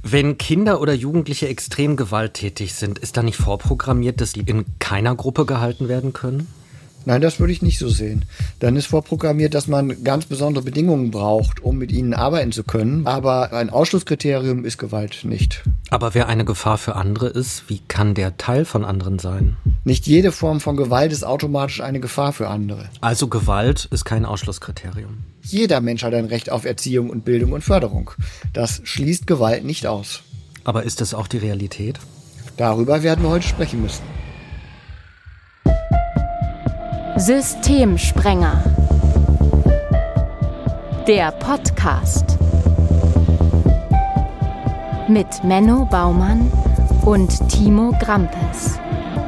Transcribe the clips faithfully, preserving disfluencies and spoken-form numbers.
Wenn Kinder oder Jugendliche extrem gewalttätig sind, ist da nicht vorprogrammiert, dass die in keiner Gruppe gehalten werden können? Nein, das würde ich nicht so sehen. Dann ist vorprogrammiert, dass man ganz besondere Bedingungen braucht, um mit ihnen arbeiten zu können. Aber ein Ausschlusskriterium ist Gewalt nicht. Aber wer eine Gefahr für andere ist, wie kann der Teil von anderen sein? Nicht jede Form von Gewalt ist automatisch eine Gefahr für andere. Also Gewalt ist kein Ausschlusskriterium. Jeder Mensch hat ein Recht auf Erziehung und Bildung und Förderung. Das schließt Gewalt nicht aus. Aber ist das auch die Realität? Darüber werden wir heute sprechen müssen. Systemsprenger. Der Podcast. Mit Menno Baumann und Timo Grampes.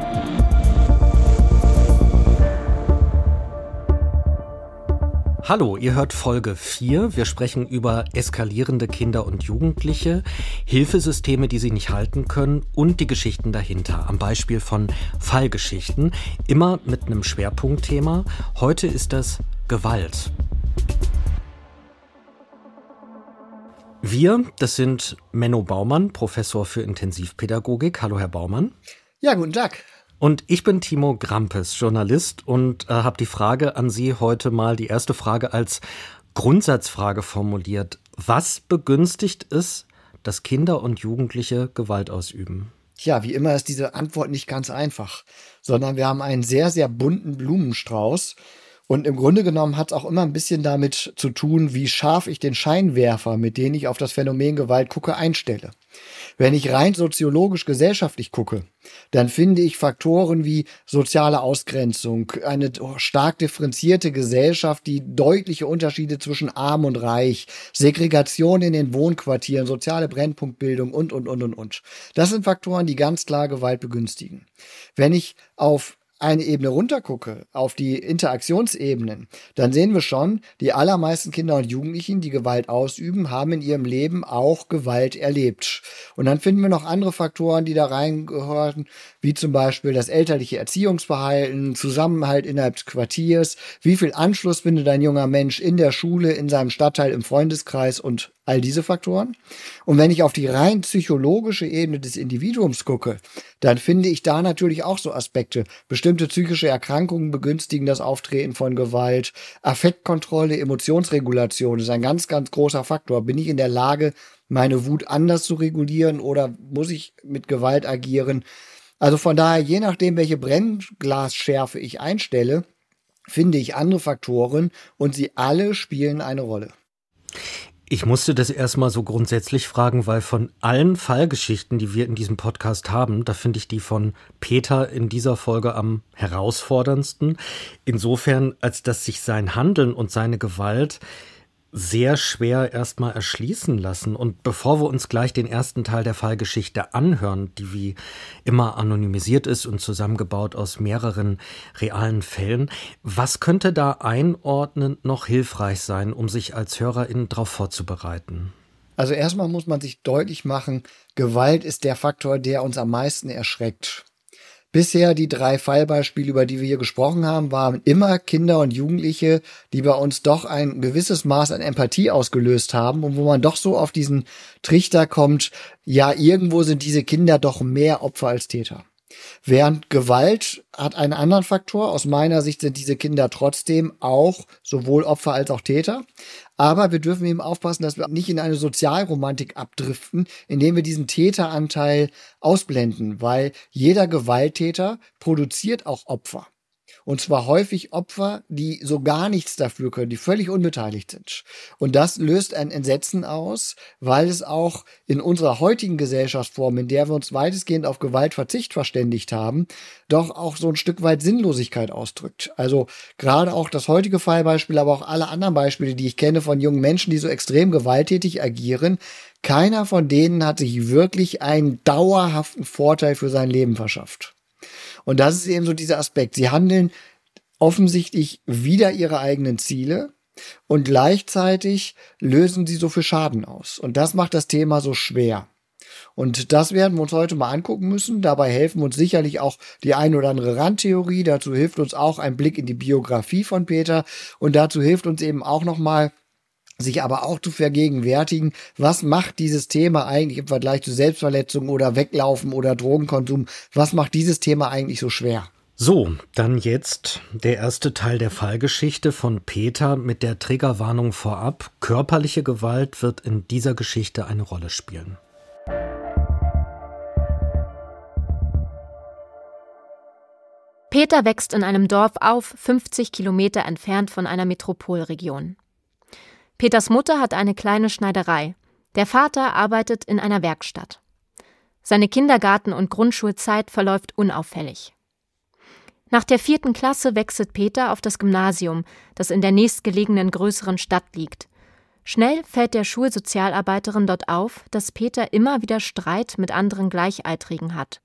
Hallo, ihr hört Folge vier. Wir sprechen über eskalierende Kinder und Jugendliche, Hilfesysteme, die sie nicht halten können und die Geschichten dahinter. Am Beispiel von Fallgeschichten, immer mit einem Schwerpunktthema. Heute ist das Gewalt. Wir, das sind Menno Baumann, Professor für Intensivpädagogik. Hallo, Herr Baumann. Ja, guten Tag. Und ich bin Timo Grampes, Journalist, und äh, habe die Frage an Sie heute mal, die erste Frage als Grundsatzfrage formuliert. Was begünstigt es, dass Kinder und Jugendliche Gewalt ausüben? Tja, wie immer ist diese Antwort nicht ganz einfach, sondern wir haben einen sehr, sehr bunten Blumenstrauß. Und im Grunde genommen hat es auch immer ein bisschen damit zu tun, wie scharf ich den Scheinwerfer, mit dem ich auf das Phänomen Gewalt gucke, einstelle. Wenn ich rein soziologisch, gesellschaftlich gucke, dann finde ich Faktoren wie soziale Ausgrenzung, eine stark differenzierte Gesellschaft, die deutliche Unterschiede zwischen Arm und Reich, Segregation in den Wohnquartieren, soziale Brennpunktbildung und, und, und, und, und. Das sind Faktoren, die ganz klar Gewalt begünstigen. Wenn ich auf eine Ebene runtergucke, auf die Interaktionsebenen, dann sehen wir schon, die allermeisten Kinder und Jugendlichen, die Gewalt ausüben, haben in ihrem Leben auch Gewalt erlebt. Und dann finden wir noch andere Faktoren, die da reingehören, wie zum Beispiel das elterliche Erziehungsverhalten, Zusammenhalt innerhalb des Quartiers, wie viel Anschluss findet ein junger Mensch in der Schule, in seinem Stadtteil, im Freundeskreis und all diese Faktoren. Und wenn ich auf die rein psychologische Ebene des Individuums gucke, dann finde ich da natürlich auch so Aspekte. Bestimmte psychische Erkrankungen begünstigen das Auftreten von Gewalt. Affektkontrolle, Emotionsregulation ist ein ganz, ganz großer Faktor. Bin ich in der Lage, meine Wut anders zu regulieren oder muss ich mit Gewalt agieren? Also von daher, je nachdem, welche Brennglasschärfe ich einstelle, finde ich andere Faktoren und sie alle spielen eine Rolle. Ich musste das erstmal so grundsätzlich fragen, weil von allen Fallgeschichten, die wir in diesem Podcast haben, da finde ich die von Peter in dieser Folge am herausforderndsten. Insofern, als dass sich sein Handeln und seine Gewalt sehr schwer erstmal erschließen lassen. Und bevor wir uns gleich den ersten Teil der Fallgeschichte anhören, die wie immer anonymisiert ist und zusammengebaut aus mehreren realen Fällen, was könnte da einordnend noch hilfreich sein, um sich als HörerInnen darauf vorzubereiten? Also erstmal muss man sich deutlich machen, Gewalt ist der Faktor, der uns am meisten erschreckt. Bisher die drei Fallbeispiele, über die wir hier gesprochen haben, waren immer Kinder und Jugendliche, die bei uns doch ein gewisses Maß an Empathie ausgelöst haben und wo man doch so auf diesen Trichter kommt, ja, irgendwo sind diese Kinder doch mehr Opfer als Täter. Während Gewalt hat einen anderen Faktor. Aus meiner Sicht sind diese Kinder trotzdem auch sowohl Opfer als auch Täter. Aber wir dürfen eben aufpassen, dass wir nicht in eine Sozialromantik abdriften, indem wir diesen Täteranteil ausblenden, weil jeder Gewalttäter produziert auch Opfer. Und zwar häufig Opfer, die so gar nichts dafür können, die völlig unbeteiligt sind. Und das löst ein Entsetzen aus, weil es auch in unserer heutigen Gesellschaftsform, in der wir uns weitestgehend auf Gewaltverzicht verständigt haben, doch auch so ein Stück weit Sinnlosigkeit ausdrückt. Also gerade auch das heutige Fallbeispiel, aber auch alle anderen Beispiele, die ich kenne von jungen Menschen, die so extrem gewalttätig agieren, keiner von denen hat sich wirklich einen dauerhaften Vorteil für sein Leben verschafft. Und das ist eben so dieser Aspekt. Sie handeln offensichtlich wider ihre eigenen Ziele und gleichzeitig lösen sie so viel Schaden aus. Und das macht das Thema so schwer. Und das werden wir uns heute mal angucken müssen. Dabei helfen uns sicherlich auch die ein oder andere Randtheorie. Dazu hilft uns auch ein Blick in die Biografie von Peter. Und dazu hilft uns eben auch nochmal sich aber auch zu vergegenwärtigen, was macht dieses Thema eigentlich im Vergleich zu Selbstverletzung oder Weglaufen oder Drogenkonsum, was macht dieses Thema eigentlich so schwer? So, dann jetzt der erste Teil der Fallgeschichte von Peter mit der Triggerwarnung vorab. Körperliche Gewalt wird in dieser Geschichte eine Rolle spielen. Peter wächst in einem Dorf auf, fünfzig Kilometer entfernt von einer Metropolregion. Peters Mutter hat eine kleine Schneiderei. Der Vater arbeitet in einer Werkstatt. Seine Kindergarten- und Grundschulzeit verläuft unauffällig. Nach der vierten Klasse wechselt Peter auf das Gymnasium, das in der nächstgelegenen größeren Stadt liegt. Schnell fällt der Schulsozialarbeiterin dort auf, dass Peter immer wieder Streit mit anderen Gleichaltrigen hat.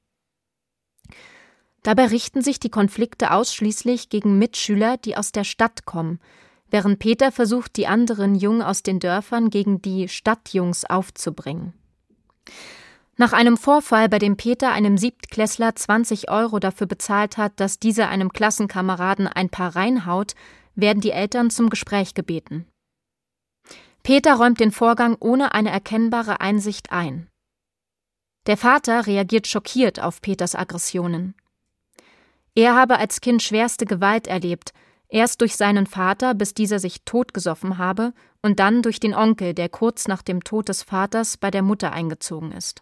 Dabei richten sich die Konflikte ausschließlich gegen Mitschüler, die aus der Stadt kommen, während Peter versucht, die anderen Jungen aus den Dörfern gegen die Stadtjungs aufzubringen. Nach einem Vorfall, bei dem Peter einem Siebtklässler zwanzig Euro dafür bezahlt hat, dass dieser einem Klassenkameraden ein Paar reinhaut, werden die Eltern zum Gespräch gebeten. Peter räumt den Vorgang ohne eine erkennbare Einsicht ein. Der Vater reagiert schockiert auf Peters Aggressionen. Er habe als Kind schwerste Gewalt erlebt, erst durch seinen Vater, bis dieser sich totgesoffen habe, und dann durch den Onkel, der kurz nach dem Tod des Vaters bei der Mutter eingezogen ist.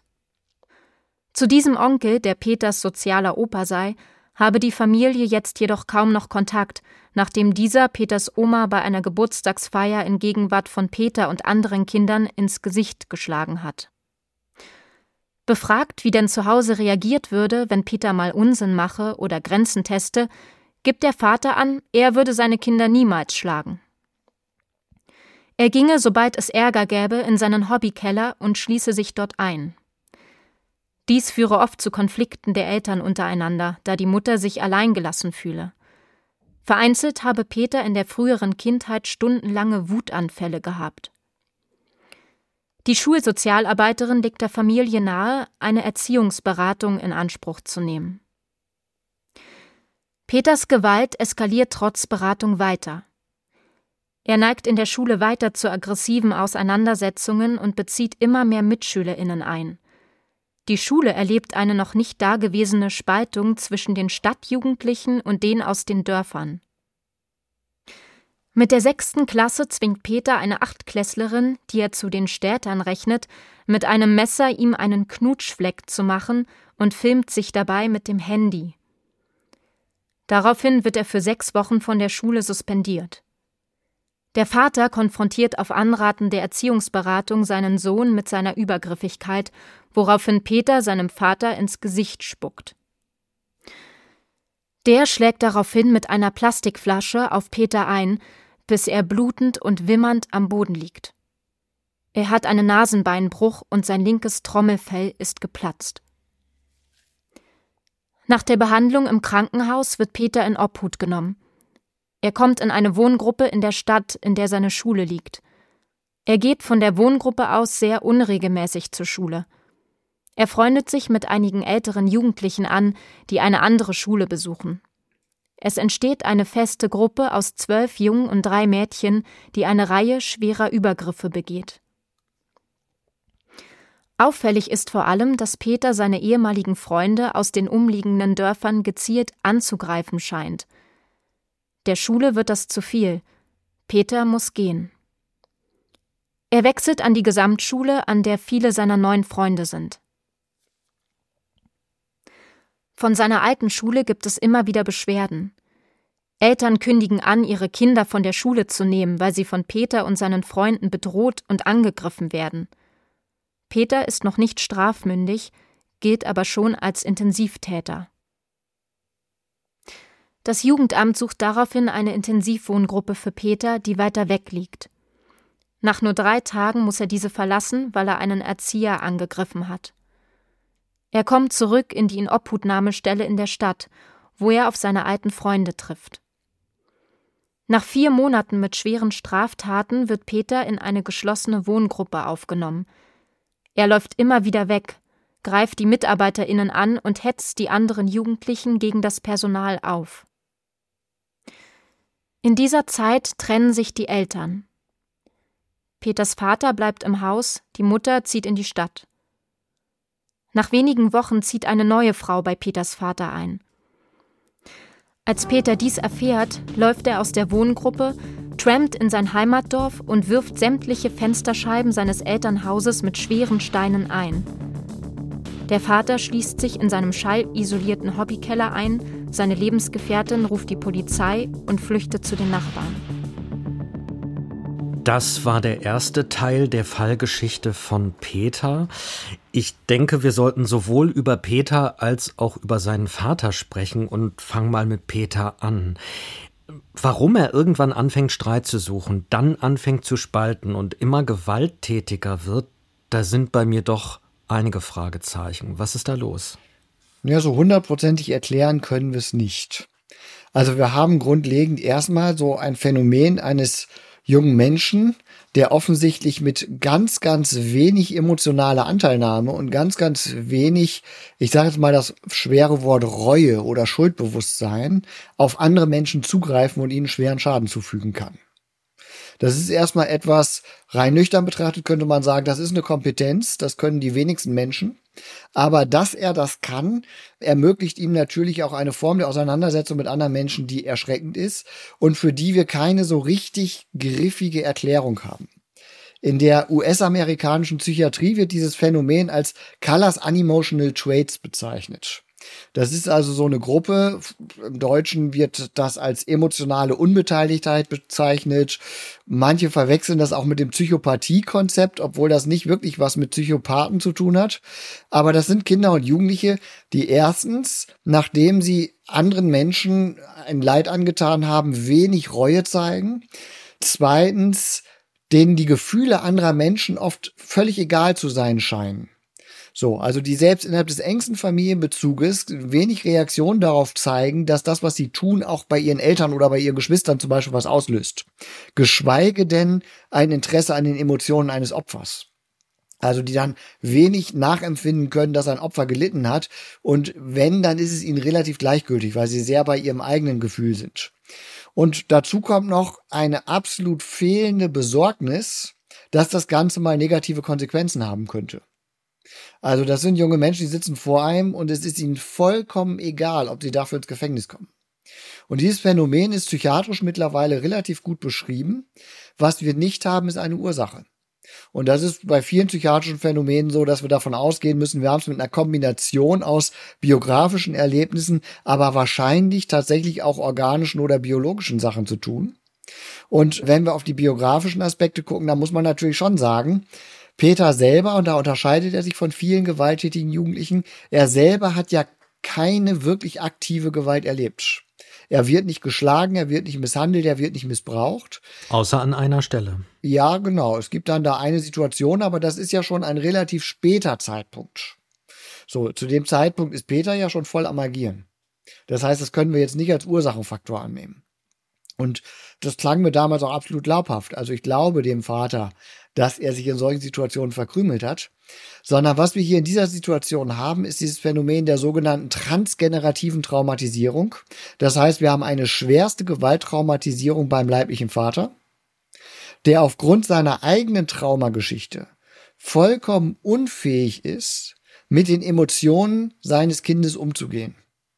Zu diesem Onkel, der Peters sozialer Opa sei, habe die Familie jetzt jedoch kaum noch Kontakt, nachdem dieser Peters Oma bei einer Geburtstagsfeier in Gegenwart von Peter und anderen Kindern ins Gesicht geschlagen hat. Befragt, wie denn zu Hause reagiert würde, wenn Peter mal Unsinn mache oder Grenzen teste, gibt der Vater an, er würde seine Kinder niemals schlagen. Er ginge, sobald es Ärger gäbe, in seinen Hobbykeller und schließe sich dort ein. Dies führe oft zu Konflikten der Eltern untereinander, da die Mutter sich alleingelassen fühle. Vereinzelt habe Peter in der früheren Kindheit stundenlange Wutanfälle gehabt. Die Schulsozialarbeiterin legt der Familie nahe, eine Erziehungsberatung in Anspruch zu nehmen. Peters Gewalt eskaliert trotz Beratung weiter. Er neigt in der Schule weiter zu aggressiven Auseinandersetzungen und bezieht immer mehr MitschülerInnen ein. Die Schule erlebt eine noch nicht dagewesene Spaltung zwischen den Stadtjugendlichen und den aus den Dörfern. Mit der sechsten Klasse zwingt Peter eine Achtklässlerin, die er zu den Städtern rechnet, mit einem Messer ihm einen Knutschfleck zu machen und filmt sich dabei mit dem Handy. Daraufhin wird er für sechs Wochen von der Schule suspendiert. Der Vater konfrontiert auf Anraten der Erziehungsberatung seinen Sohn mit seiner Übergriffigkeit, woraufhin Peter seinem Vater ins Gesicht spuckt. Der schlägt daraufhin mit einer Plastikflasche auf Peter ein, bis er blutend und wimmernd am Boden liegt. Er hat einen Nasenbeinbruch und sein linkes Trommelfell ist geplatzt. Nach der Behandlung im Krankenhaus wird Peter in Obhut genommen. Er kommt in eine Wohngruppe in der Stadt, in der seine Schule liegt. Er geht von der Wohngruppe aus sehr unregelmäßig zur Schule. Er freundet sich mit einigen älteren Jugendlichen an, die eine andere Schule besuchen. Es entsteht eine feste Gruppe aus zwölf Jungen und drei Mädchen, die eine Reihe schwerer Übergriffe begeht. Auffällig ist vor allem, dass Peter seine ehemaligen Freunde aus den umliegenden Dörfern gezielt anzugreifen scheint. Der Schule wird das zu viel. Peter muss gehen. Er wechselt an die Gesamtschule, an der viele seiner neuen Freunde sind. Von seiner alten Schule gibt es immer wieder Beschwerden. Eltern kündigen an, ihre Kinder von der Schule zu nehmen, weil sie von Peter und seinen Freunden bedroht und angegriffen werden. Peter ist noch nicht strafmündig, gilt aber schon als Intensivtäter. Das Jugendamt sucht daraufhin eine Intensivwohngruppe für Peter, die weiter weg liegt. Nach nur drei Tagen muss er diese verlassen, weil er einen Erzieher angegriffen hat. Er kommt zurück in die Inobhutnahmestelle in der Stadt, wo er auf seine alten Freunde trifft. Nach vier Monaten mit schweren Straftaten wird Peter in eine geschlossene Wohngruppe aufgenommen. Er läuft immer wieder weg, greift die MitarbeiterInnen an und hetzt die anderen Jugendlichen gegen das Personal auf. In dieser Zeit trennen sich die Eltern. Peters Vater bleibt im Haus, die Mutter zieht in die Stadt. Nach wenigen Wochen zieht eine neue Frau bei Peters Vater ein. Als Peter dies erfährt, läuft er aus der Wohngruppe, trampt in sein Heimatdorf und wirft sämtliche Fensterscheiben seines Elternhauses mit schweren Steinen ein. Der Vater schließt sich in seinem schallisolierten Hobbykeller ein, seine Lebensgefährtin ruft die Polizei und flüchtet zu den Nachbarn. Das war der erste Teil der Fallgeschichte von Peter. Ich denke, wir sollten sowohl über Peter als auch über seinen Vater sprechen und fangen mal mit Peter an. Warum er irgendwann anfängt, Streit zu suchen, dann anfängt zu spalten und immer gewalttätiger wird, da sind bei mir doch einige Fragezeichen. Was ist da los? Ja, so hundertprozentig erklären können wir es nicht. Also wir haben grundlegend erstmal so ein Phänomen eines jungen Menschen, der offensichtlich mit ganz, ganz wenig emotionaler Anteilnahme und ganz, ganz wenig, ich sage jetzt mal das schwere Wort Reue oder Schuldbewusstsein, auf andere Menschen zugreifen und ihnen schweren Schaden zufügen kann. Das ist erstmal etwas, rein nüchtern betrachtet könnte man sagen, das ist eine Kompetenz, das können die wenigsten Menschen. Aber dass er das kann, ermöglicht ihm natürlich auch eine Form der Auseinandersetzung mit anderen Menschen, die erschreckend ist und für die wir keine so richtig griffige Erklärung haben. In der U S-amerikanischen Psychiatrie wird dieses Phänomen als Colors Unemotional Traits bezeichnet. Das ist also so eine Gruppe, im Deutschen wird das als emotionale Unbeteiligtheit bezeichnet. Manche verwechseln das auch mit dem Psychopathie-Konzept, obwohl das nicht wirklich was mit Psychopathen zu tun hat. Aber das sind Kinder und Jugendliche, die erstens, nachdem sie anderen Menschen ein Leid angetan haben, wenig Reue zeigen. Zweitens, denen die Gefühle anderer Menschen oft völlig egal zu sein scheinen. So, also die selbst innerhalb des engsten Familienbezuges wenig Reaktion darauf zeigen, dass das, was sie tun, auch bei ihren Eltern oder bei ihren Geschwistern zum Beispiel was auslöst. Geschweige denn ein Interesse an den Emotionen eines Opfers. Also die dann wenig nachempfinden können, dass ein Opfer gelitten hat. Und wenn, dann ist es ihnen relativ gleichgültig, weil sie sehr bei ihrem eigenen Gefühl sind. Und dazu kommt noch eine absolut fehlende Besorgnis, dass das Ganze mal negative Konsequenzen haben könnte. Also das sind junge Menschen, die sitzen vor einem und es ist ihnen vollkommen egal, ob sie dafür ins Gefängnis kommen. Und dieses Phänomen ist psychiatrisch mittlerweile relativ gut beschrieben. Was wir nicht haben, ist eine Ursache. Und das ist bei vielen psychiatrischen Phänomenen so, dass wir davon ausgehen müssen, wir haben es mit einer Kombination aus biografischen Erlebnissen, aber wahrscheinlich tatsächlich auch organischen oder biologischen Sachen zu tun. Und wenn wir auf die biografischen Aspekte gucken, dann muss man natürlich schon sagen, Peter selber, und da unterscheidet er sich von vielen gewalttätigen Jugendlichen, er selber hat ja keine wirklich aktive Gewalt erlebt. Er wird nicht geschlagen, er wird nicht misshandelt, er wird nicht missbraucht. Außer an einer Stelle. Ja, genau. Es gibt dann da eine Situation, aber das ist ja schon ein relativ später Zeitpunkt. So, zu dem Zeitpunkt ist Peter ja schon voll am Agieren. Das heißt, das können wir jetzt nicht als Ursachenfaktor annehmen. Und das klang mir damals auch absolut glaubhaft. Also ich glaube dem Vater, dass er sich in solchen Situationen verkrümelt hat, sondern was wir hier in dieser Situation haben, ist dieses Phänomen der sogenannten transgenerativen Traumatisierung. Das heißt, wir haben eine schwerste Gewalttraumatisierung beim leiblichen Vater, der aufgrund seiner eigenen Traumageschichte vollkommen unfähig ist, mit den Emotionen seines Kindes umzugehen.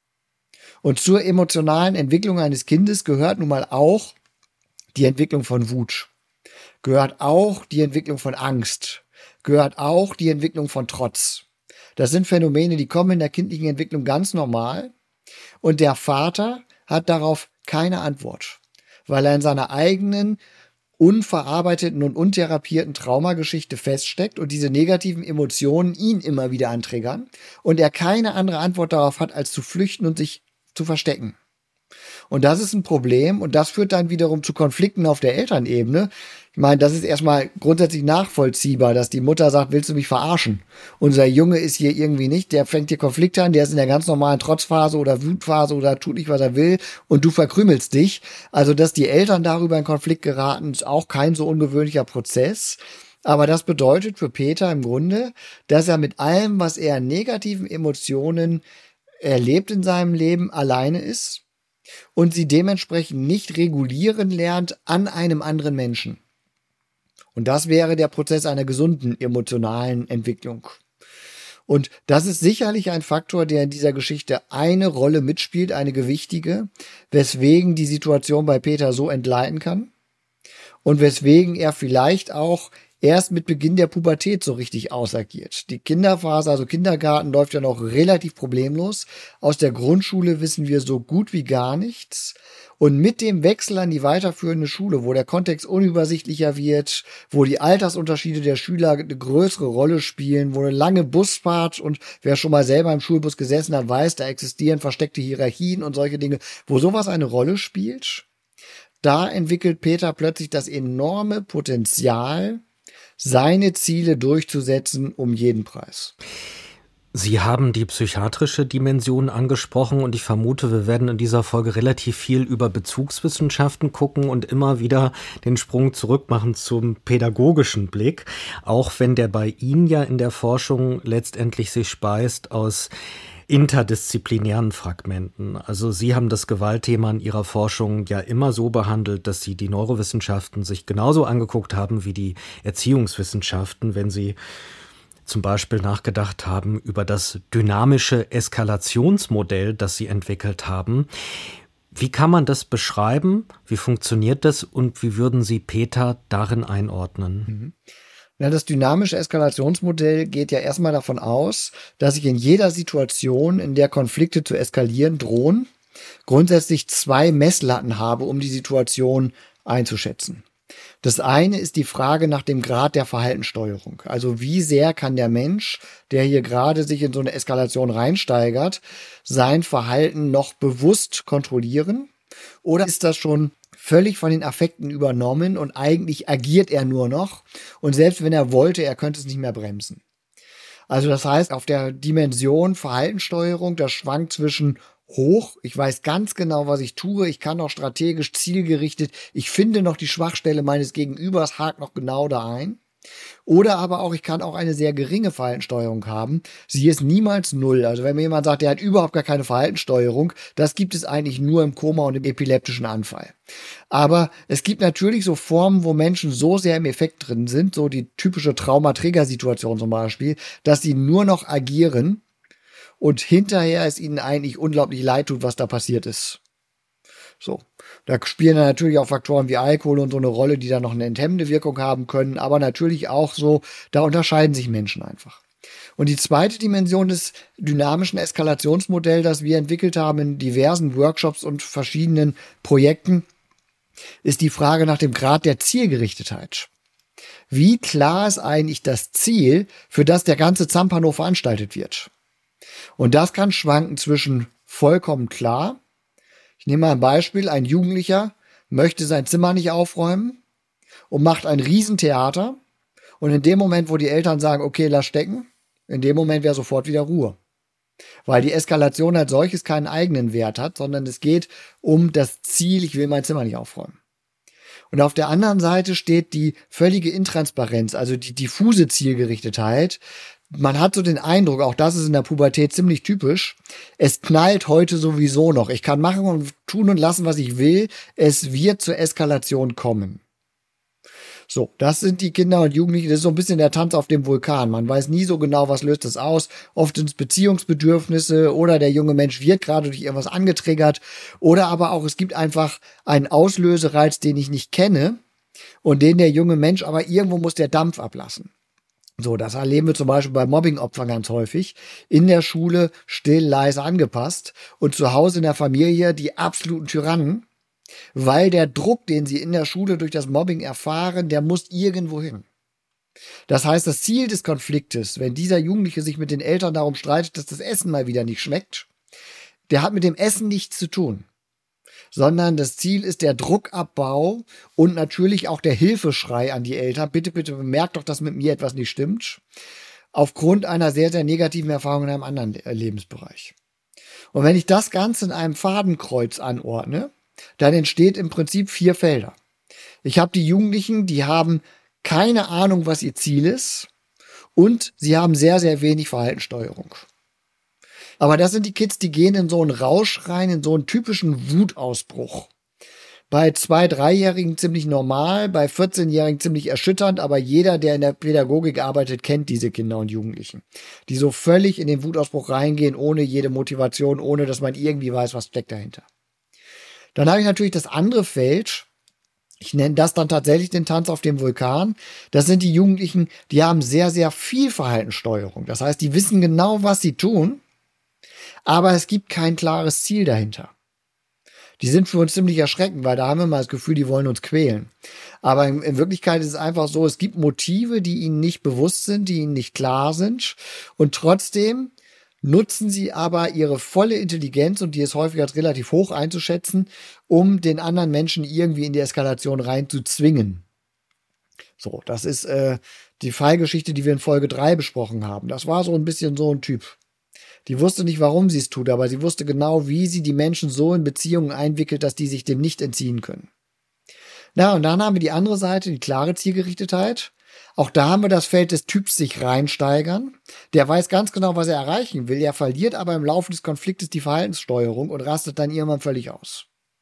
Und zur emotionalen Entwicklung eines Kindes gehört nun mal auch die Entwicklung von Wut, gehört auch die Entwicklung von Angst, gehört auch die Entwicklung von Trotz. Das sind Phänomene, die kommen in der kindlichen Entwicklung ganz normal. Und der Vater hat darauf keine Antwort, weil er in seiner eigenen, unverarbeiteten und untherapierten Traumageschichte feststeckt und diese negativen Emotionen ihn immer wieder antriggern und er keine andere Antwort darauf hat, als zu flüchten und sich zu verstecken. Und das ist ein Problem und das führt dann wiederum zu Konflikten auf der Elternebene. Ich meine, das ist erstmal grundsätzlich nachvollziehbar, dass die Mutter sagt, willst du mich verarschen? Unser Junge ist hier irgendwie nicht, der fängt hier Konflikte an, der ist in der ganz normalen Trotzphase oder Wutphase oder tut nicht, was er will und du verkrümelst dich. Also, dass die Eltern darüber in Konflikt geraten, ist auch kein so ungewöhnlicher Prozess. Aber das bedeutet für Peter im Grunde, dass er mit allem, was er an negativen Emotionen erlebt in seinem Leben, alleine ist und sie dementsprechend nicht regulieren lernt an einem anderen Menschen. Und das wäre der Prozess einer gesunden emotionalen Entwicklung. Und das ist sicherlich ein Faktor, der in dieser Geschichte eine Rolle mitspielt, eine gewichtige, weswegen die Situation bei Peter so entgleiten kann und weswegen er vielleicht auch erst mit Beginn der Pubertät so richtig ausagiert. Die Kinderphase, also Kindergarten, läuft ja noch relativ problemlos. Aus der Grundschule wissen wir so gut wie gar nichts. Und mit dem Wechsel an die weiterführende Schule, wo der Kontext unübersichtlicher wird, wo die Altersunterschiede der Schüler eine größere Rolle spielen, wo eine lange Busfahrt, und wer schon mal selber im Schulbus gesessen hat, weiß, da existieren versteckte Hierarchien und solche Dinge, wo sowas eine Rolle spielt, da entwickelt Peter plötzlich das enorme Potenzial, seine Ziele durchzusetzen um jeden Preis. Sie haben die psychiatrische Dimension angesprochen und ich vermute, wir werden in dieser Folge relativ viel über Bezugswissenschaften gucken und immer wieder den Sprung zurück machen zum pädagogischen Blick, auch wenn der bei Ihnen ja in der Forschung letztendlich sich speist aus interdisziplinären Fragmenten. Also Sie haben das Gewaltthema in Ihrer Forschung ja immer so behandelt, dass Sie die Neurowissenschaften sich genauso angeguckt haben wie die Erziehungswissenschaften, wenn Sie zum Beispiel nachgedacht haben über das dynamische Eskalationsmodell, das Sie entwickelt haben. Wie kann man das beschreiben? Wie funktioniert das und wie würden Sie Peter darin einordnen? Mhm. Ja, das dynamische Eskalationsmodell geht ja erstmal davon aus, dass ich in jeder Situation, in der Konflikte zu eskalieren drohen, grundsätzlich zwei Messlatten habe, um die Situation einzuschätzen. Das eine ist die Frage nach dem Grad der Verhaltenssteuerung. Also wie sehr kann der Mensch, der hier gerade sich in so eine Eskalation reinsteigert, sein Verhalten noch bewusst kontrollieren? Oder ist das schon völlig von den Affekten übernommen und eigentlich agiert er nur noch? Und selbst wenn er wollte, er könnte es nicht mehr bremsen. Also das heißt, auf der Dimension Verhaltenssteuerung, das schwankt zwischen hoch, ich weiß ganz genau, was ich tue, ich kann auch strategisch zielgerichtet, ich finde noch die Schwachstelle meines Gegenübers, hake noch genau da ein. Oder aber auch, ich kann auch eine sehr geringe Verhaltenssteuerung haben. Sie ist niemals null. Also wenn mir jemand sagt, der hat überhaupt gar keine Verhaltenssteuerung, das gibt es eigentlich nur im Koma und im epileptischen Anfall. Aber es gibt natürlich so Formen, wo Menschen so sehr im Effekt drin sind, so die typische Traumaträgersituation zum Beispiel, dass sie nur noch agieren und hinterher es ihnen eigentlich unglaublich leid tut, was da passiert ist. So, da spielen dann natürlich auch Faktoren wie Alkohol und so eine Rolle, die dann noch eine enthemmende Wirkung haben können, aber natürlich auch so, da unterscheiden sich Menschen einfach. Und die zweite Dimension des dynamischen Eskalationsmodells, das wir entwickelt haben in diversen Workshops und verschiedenen Projekten, ist die Frage nach dem Grad der Zielgerichtetheit. Wie klar ist eigentlich das Ziel, für das der ganze Zampano veranstaltet wird? Und das kann schwanken zwischen vollkommen klar. Ich nehme mal ein Beispiel. Ein Jugendlicher möchte sein Zimmer nicht aufräumen und macht ein Riesentheater. Und in dem Moment, wo die Eltern sagen, okay, lass stecken, in dem Moment wäre sofort wieder Ruhe. Weil die Eskalation als solches keinen eigenen Wert hat, sondern es geht um das Ziel, ich will mein Zimmer nicht aufräumen. Und auf der anderen Seite steht die völlige Intransparenz, also die diffuse Zielgerichtetheit. Man hat so den Eindruck, auch das ist in der Pubertät ziemlich typisch, es knallt heute sowieso noch. Ich kann machen und tun und lassen, was ich will. Es wird zur Eskalation kommen. So, das sind die Kinder und Jugendlichen, das ist so ein bisschen der Tanz auf dem Vulkan. Man weiß nie so genau, was löst das aus. Oft sind es Beziehungsbedürfnisse oder der junge Mensch wird gerade durch irgendwas angetriggert. Oder aber auch, es gibt einfach einen Auslösereiz, den ich nicht kenne und den der junge Mensch, aber irgendwo muss der Dampf ablassen. So, das erleben wir zum Beispiel bei Mobbing-Opfern ganz häufig. In der Schule still, leise angepasst und zu Hause in der Familie die absoluten Tyrannen, weil der Druck, den sie in der Schule durch das Mobbing erfahren, der muss irgendwo hin. Das heißt, das Ziel des Konfliktes, wenn dieser Jugendliche sich mit den Eltern darum streitet, dass das Essen mal wieder nicht schmeckt, der hat mit dem Essen nichts zu tun. Sondern das Ziel ist der Druckabbau und natürlich auch der Hilfeschrei an die Eltern. Bitte, bitte bemerkt doch, dass mit mir etwas nicht stimmt. Aufgrund einer sehr, sehr negativen Erfahrung in einem anderen Lebensbereich. Und wenn ich das Ganze in einem Fadenkreuz anordne, dann entsteht im Prinzip vier Felder. Ich habe die Jugendlichen, die haben keine Ahnung, was ihr Ziel ist und sie haben sehr, sehr wenig Verhaltenssteuerung. Aber das sind die Kids, die gehen in so einen Rausch rein, in so einen typischen Wutausbruch. bei zwei-, dreijährigen ziemlich normal, bei vierzehnjährigen ziemlich erschütternd, aber jeder, der in der Pädagogik arbeitet, kennt diese Kinder und Jugendlichen, die so völlig in den Wutausbruch reingehen, ohne jede Motivation, ohne dass man irgendwie weiß, was steckt dahinter. Dann habe ich natürlich das andere Feld, ich nenne das dann tatsächlich den Tanz auf dem Vulkan. Das sind die Jugendlichen, die haben sehr, sehr viel Verhaltenssteuerung. Das heißt, die wissen genau, was sie tun, aber es gibt kein klares Ziel dahinter. Die sind für uns ziemlich erschreckend, weil da haben wir mal das Gefühl, die wollen uns quälen. Aber in, in Wirklichkeit ist es einfach so, es gibt Motive, die ihnen nicht bewusst sind, die ihnen nicht klar sind. Und trotzdem nutzen sie aber ihre volle Intelligenz, und die ist häufig als relativ hoch einzuschätzen, um den anderen Menschen irgendwie in die Eskalation reinzuzwingen. So, das ist äh, die Fallgeschichte, die wir in Folge drei besprochen haben. Das war so ein bisschen so ein Typ. Die wusste nicht, warum sie es tut, aber sie wusste genau, wie sie die Menschen so in Beziehungen einwickelt, dass die sich dem nicht entziehen können. Na, und dann haben wir die andere Seite, die klare Zielgerichtetheit. Auch da haben wir das Feld des Typs sich reinsteigern. Der weiß ganz genau, was er erreichen will. Er verliert aber im Laufe des Konfliktes die Verhaltenssteuerung und rastet dann irgendwann völlig aus.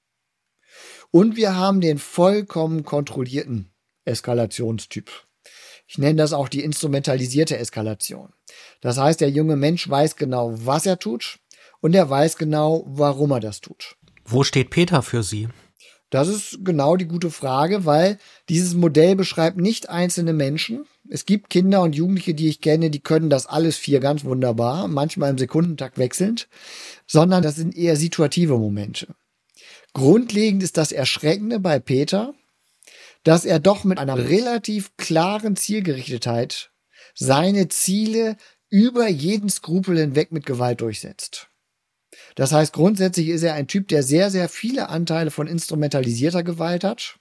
Und wir haben den vollkommen kontrollierten Eskalationstyp. Ich nenne das auch die instrumentalisierte Eskalation. Das heißt, der junge Mensch weiß genau, was er tut, und er weiß genau, warum er das tut. Wo steht Peter für Sie? Das ist genau die gute Frage, weil dieses Modell beschreibt nicht einzelne Menschen. Es gibt Kinder und Jugendliche, die ich kenne, die können das alles vier ganz wunderbar, manchmal im Sekundentakt wechselnd, sondern das sind eher situative Momente. Grundlegend ist das Erschreckende bei Peter, dass er doch mit einer relativ klaren Zielgerichtetheit seine Ziele über jeden Skrupel hinweg mit Gewalt durchsetzt. Das heißt, grundsätzlich ist er ein Typ, der sehr, sehr viele Anteile von instrumentalisierter Gewalt hat.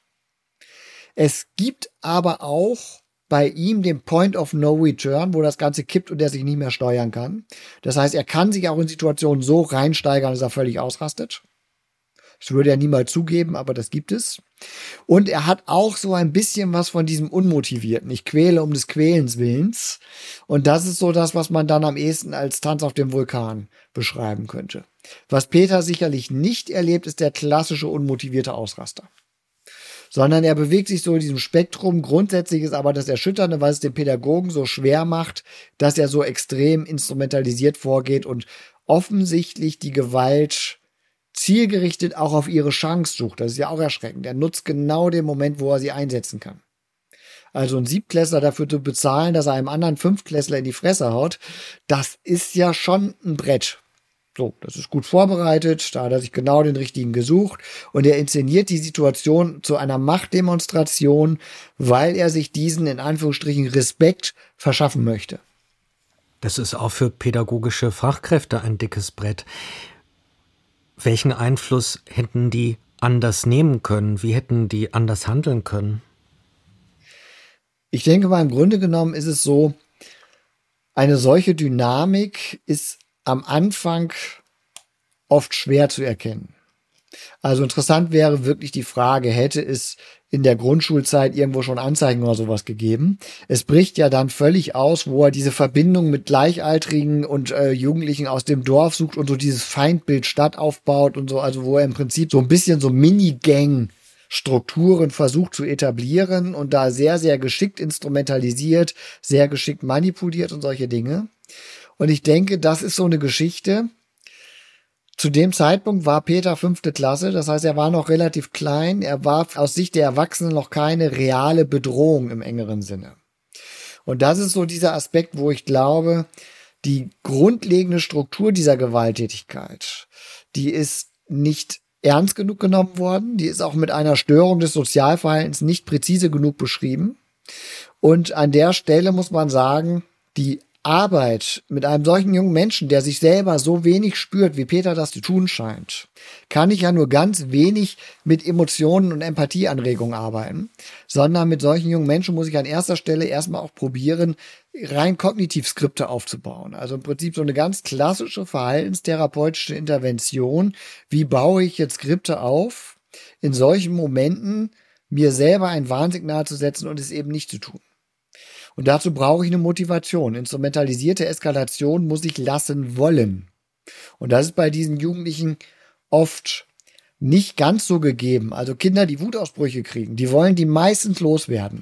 Es gibt aber auch bei ihm den Point of No Return, wo das Ganze kippt und er sich nicht mehr steuern kann. Das heißt, er kann sich auch in Situationen so reinsteigern, dass er völlig ausrastet. Das würde er niemals zugeben, aber das gibt es. Und er hat auch so ein bisschen was von diesem Unmotivierten. Ich quäle um des Quälens Willens. Und das ist so das, was man dann am ehesten als Tanz auf dem Vulkan beschreiben könnte. Was Peter sicherlich nicht erlebt, ist der klassische unmotivierte Ausraster. Sondern er bewegt sich so in diesem Spektrum. Grundsätzlich ist aber das Erschütternde, weil es den Pädagogen so schwer macht, dass er so extrem instrumentalisiert vorgeht und offensichtlich die Gewalt zielgerichtet auch auf ihre Chance sucht. Das ist ja auch erschreckend. Er nutzt genau den Moment, wo er sie einsetzen kann. Also ein Siebtklässler dafür zu bezahlen, dass er einem anderen Fünftklässler in die Fresse haut, das ist ja schon ein Brett. So, das ist gut vorbereitet, da hat er sich genau den richtigen gesucht und er inszeniert die Situation zu einer Machtdemonstration, weil er sich diesen, in Anführungsstrichen, Respekt verschaffen möchte. Das ist auch für pädagogische Fachkräfte ein dickes Brett. Welchen Einfluss hätten die anders nehmen können? Wie hätten die anders handeln können? Ich denke mal, im Grunde genommen ist es so, eine solche Dynamik ist am Anfang oft schwer zu erkennen. Also interessant wäre wirklich die Frage, hätte es in der Grundschulzeit irgendwo schon Anzeichen oder sowas gegeben? Es bricht ja dann völlig aus, wo er diese Verbindung mit Gleichaltrigen und äh, Jugendlichen aus dem Dorf sucht und so dieses Feindbild Stadt aufbaut und so, also wo er im Prinzip so ein bisschen so Minigang-Strukturen versucht zu etablieren und da sehr, sehr geschickt instrumentalisiert, sehr geschickt manipuliert und solche Dinge. Und ich denke, das ist so eine Geschichte. Zu dem Zeitpunkt war Peter fünfte Klasse, das heißt, er war noch relativ klein. Er war aus Sicht der Erwachsenen noch keine reale Bedrohung im engeren Sinne. Und das ist so dieser Aspekt, wo ich glaube, die grundlegende Struktur dieser Gewalttätigkeit, die ist nicht ernst genug genommen worden. Die ist auch mit einer Störung des Sozialverhaltens nicht präzise genug beschrieben. Und an der Stelle muss man sagen, die Arbeit mit einem solchen jungen Menschen, der sich selber so wenig spürt, wie Peter das zu tun scheint, kann ich ja nur ganz wenig mit Emotionen und Empathieanregungen arbeiten, sondern mit solchen jungen Menschen muss ich an erster Stelle erstmal auch probieren, rein kognitiv Skripte aufzubauen. Also im Prinzip so eine ganz klassische verhaltenstherapeutische Intervention. Wie baue ich jetzt Skripte auf, in solchen Momenten mir selber ein Warnsignal zu setzen und es eben nicht zu tun? Und dazu brauche ich eine Motivation. Instrumentalisierte Eskalation muss ich lassen wollen. Und das ist bei diesen Jugendlichen oft nicht ganz so gegeben. Also Kinder, die Wutausbrüche kriegen, die wollen die meistens loswerden.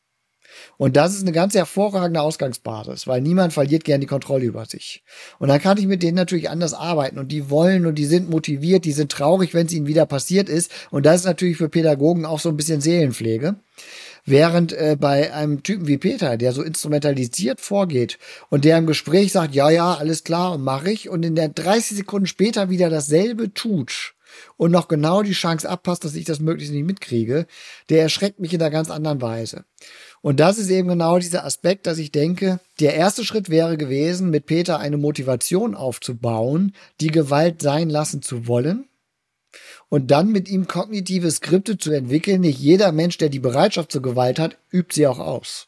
Und das ist eine ganz hervorragende Ausgangsbasis, weil niemand verliert gern die Kontrolle über sich. Und dann kann ich mit denen natürlich anders arbeiten und die wollen und die sind motiviert, die sind traurig, wenn es ihnen wieder passiert ist. Und das ist natürlich für Pädagogen auch so ein bisschen Seelenpflege. Während äh, bei einem Typen wie Peter, der so instrumentalisiert vorgeht und der im Gespräch sagt, ja, ja, alles klar und mache ich und in der dreißig Sekunden später wieder dasselbe tut und noch genau die Chance abpasst, dass ich das möglichst nicht mitkriege, der erschreckt mich in einer ganz anderen Weise. Und das ist eben genau dieser Aspekt, dass ich denke, der erste Schritt wäre gewesen, mit Peter eine Motivation aufzubauen, die Gewalt sein lassen zu wollen und dann mit ihm kognitive Skripte zu entwickeln. Nicht jeder Mensch, der die Bereitschaft zur Gewalt hat, übt sie auch aus.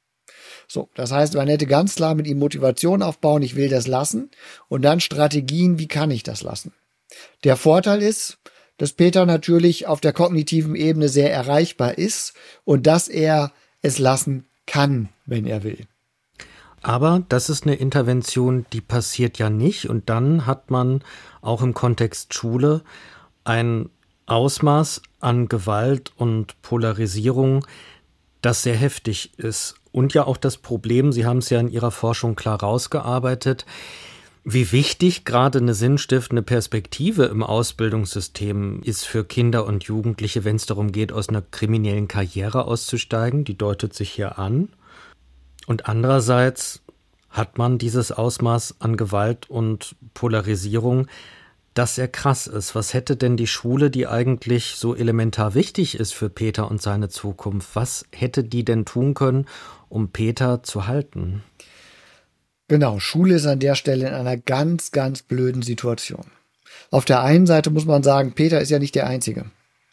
So, das heißt, man hätte ganz klar mit ihm Motivation aufbauen, ich will das lassen und dann Strategien, wie kann ich das lassen. Der Vorteil ist, dass Peter natürlich auf der kognitiven Ebene sehr erreichbar ist und dass er es lassen kann, wenn er will. Aber das ist eine Intervention, die passiert ja nicht. Und dann hat man auch im Kontext Schule ein Ausmaß an Gewalt und Polarisierung, das sehr heftig ist. Und ja auch das Problem, Sie haben es ja in Ihrer Forschung klar rausgearbeitet, wie wichtig gerade eine sinnstiftende Perspektive im Ausbildungssystem ist für Kinder und Jugendliche, wenn es darum geht, aus einer kriminellen Karriere auszusteigen. Die deutet sich hier an. Und andererseits hat man dieses Ausmaß an Gewalt und Polarisierung, das sehr krass ist. Was hätte denn die Schule, die eigentlich so elementar wichtig ist für Peter und seine Zukunft, was hätte die denn tun können, um Peter zu halten? Genau, Schule ist an der Stelle in einer ganz, ganz blöden Situation. Auf der einen Seite muss man sagen, Peter ist ja nicht der Einzige.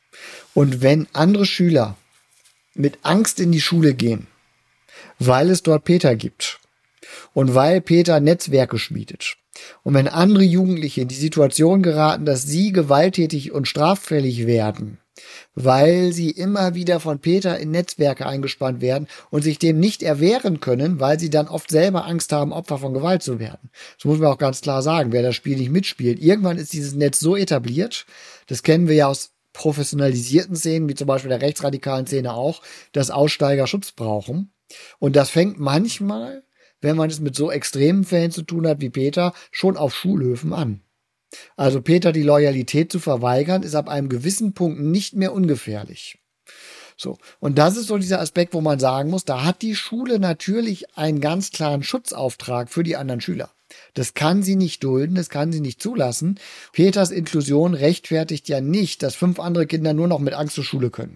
Und wenn andere Schüler mit Angst in die Schule gehen, weil es dort Peter gibt und weil Peter Netzwerke schmiedet, und wenn andere Jugendliche in die Situation geraten, dass sie gewalttätig und straffällig werden, weil sie immer wieder von Peter in Netzwerke eingespannt werden und sich dem nicht erwehren können, weil sie dann oft selber Angst haben, Opfer von Gewalt zu werden. Das muss man auch ganz klar sagen, wer das Spiel nicht mitspielt. Irgendwann ist dieses Netz so etabliert, das kennen wir ja aus professionalisierten Szenen, wie zum Beispiel der rechtsradikalen Szene auch, dass Aussteiger Schutz brauchen. Und das fängt manchmal, wenn man es mit so extremen Fällen zu tun hat wie Peter, schon auf Schulhöfen an. Also Peter die Loyalität zu verweigern, ist ab einem gewissen Punkt nicht mehr ungefährlich. So. Und das ist so dieser Aspekt, wo man sagen muss, da hat die Schule natürlich einen ganz klaren Schutzauftrag für die anderen Schüler. Das kann sie nicht dulden, das kann sie nicht zulassen. Peters Inklusion rechtfertigt ja nicht, dass fünf andere Kinder nur noch mit Angst zur Schule können.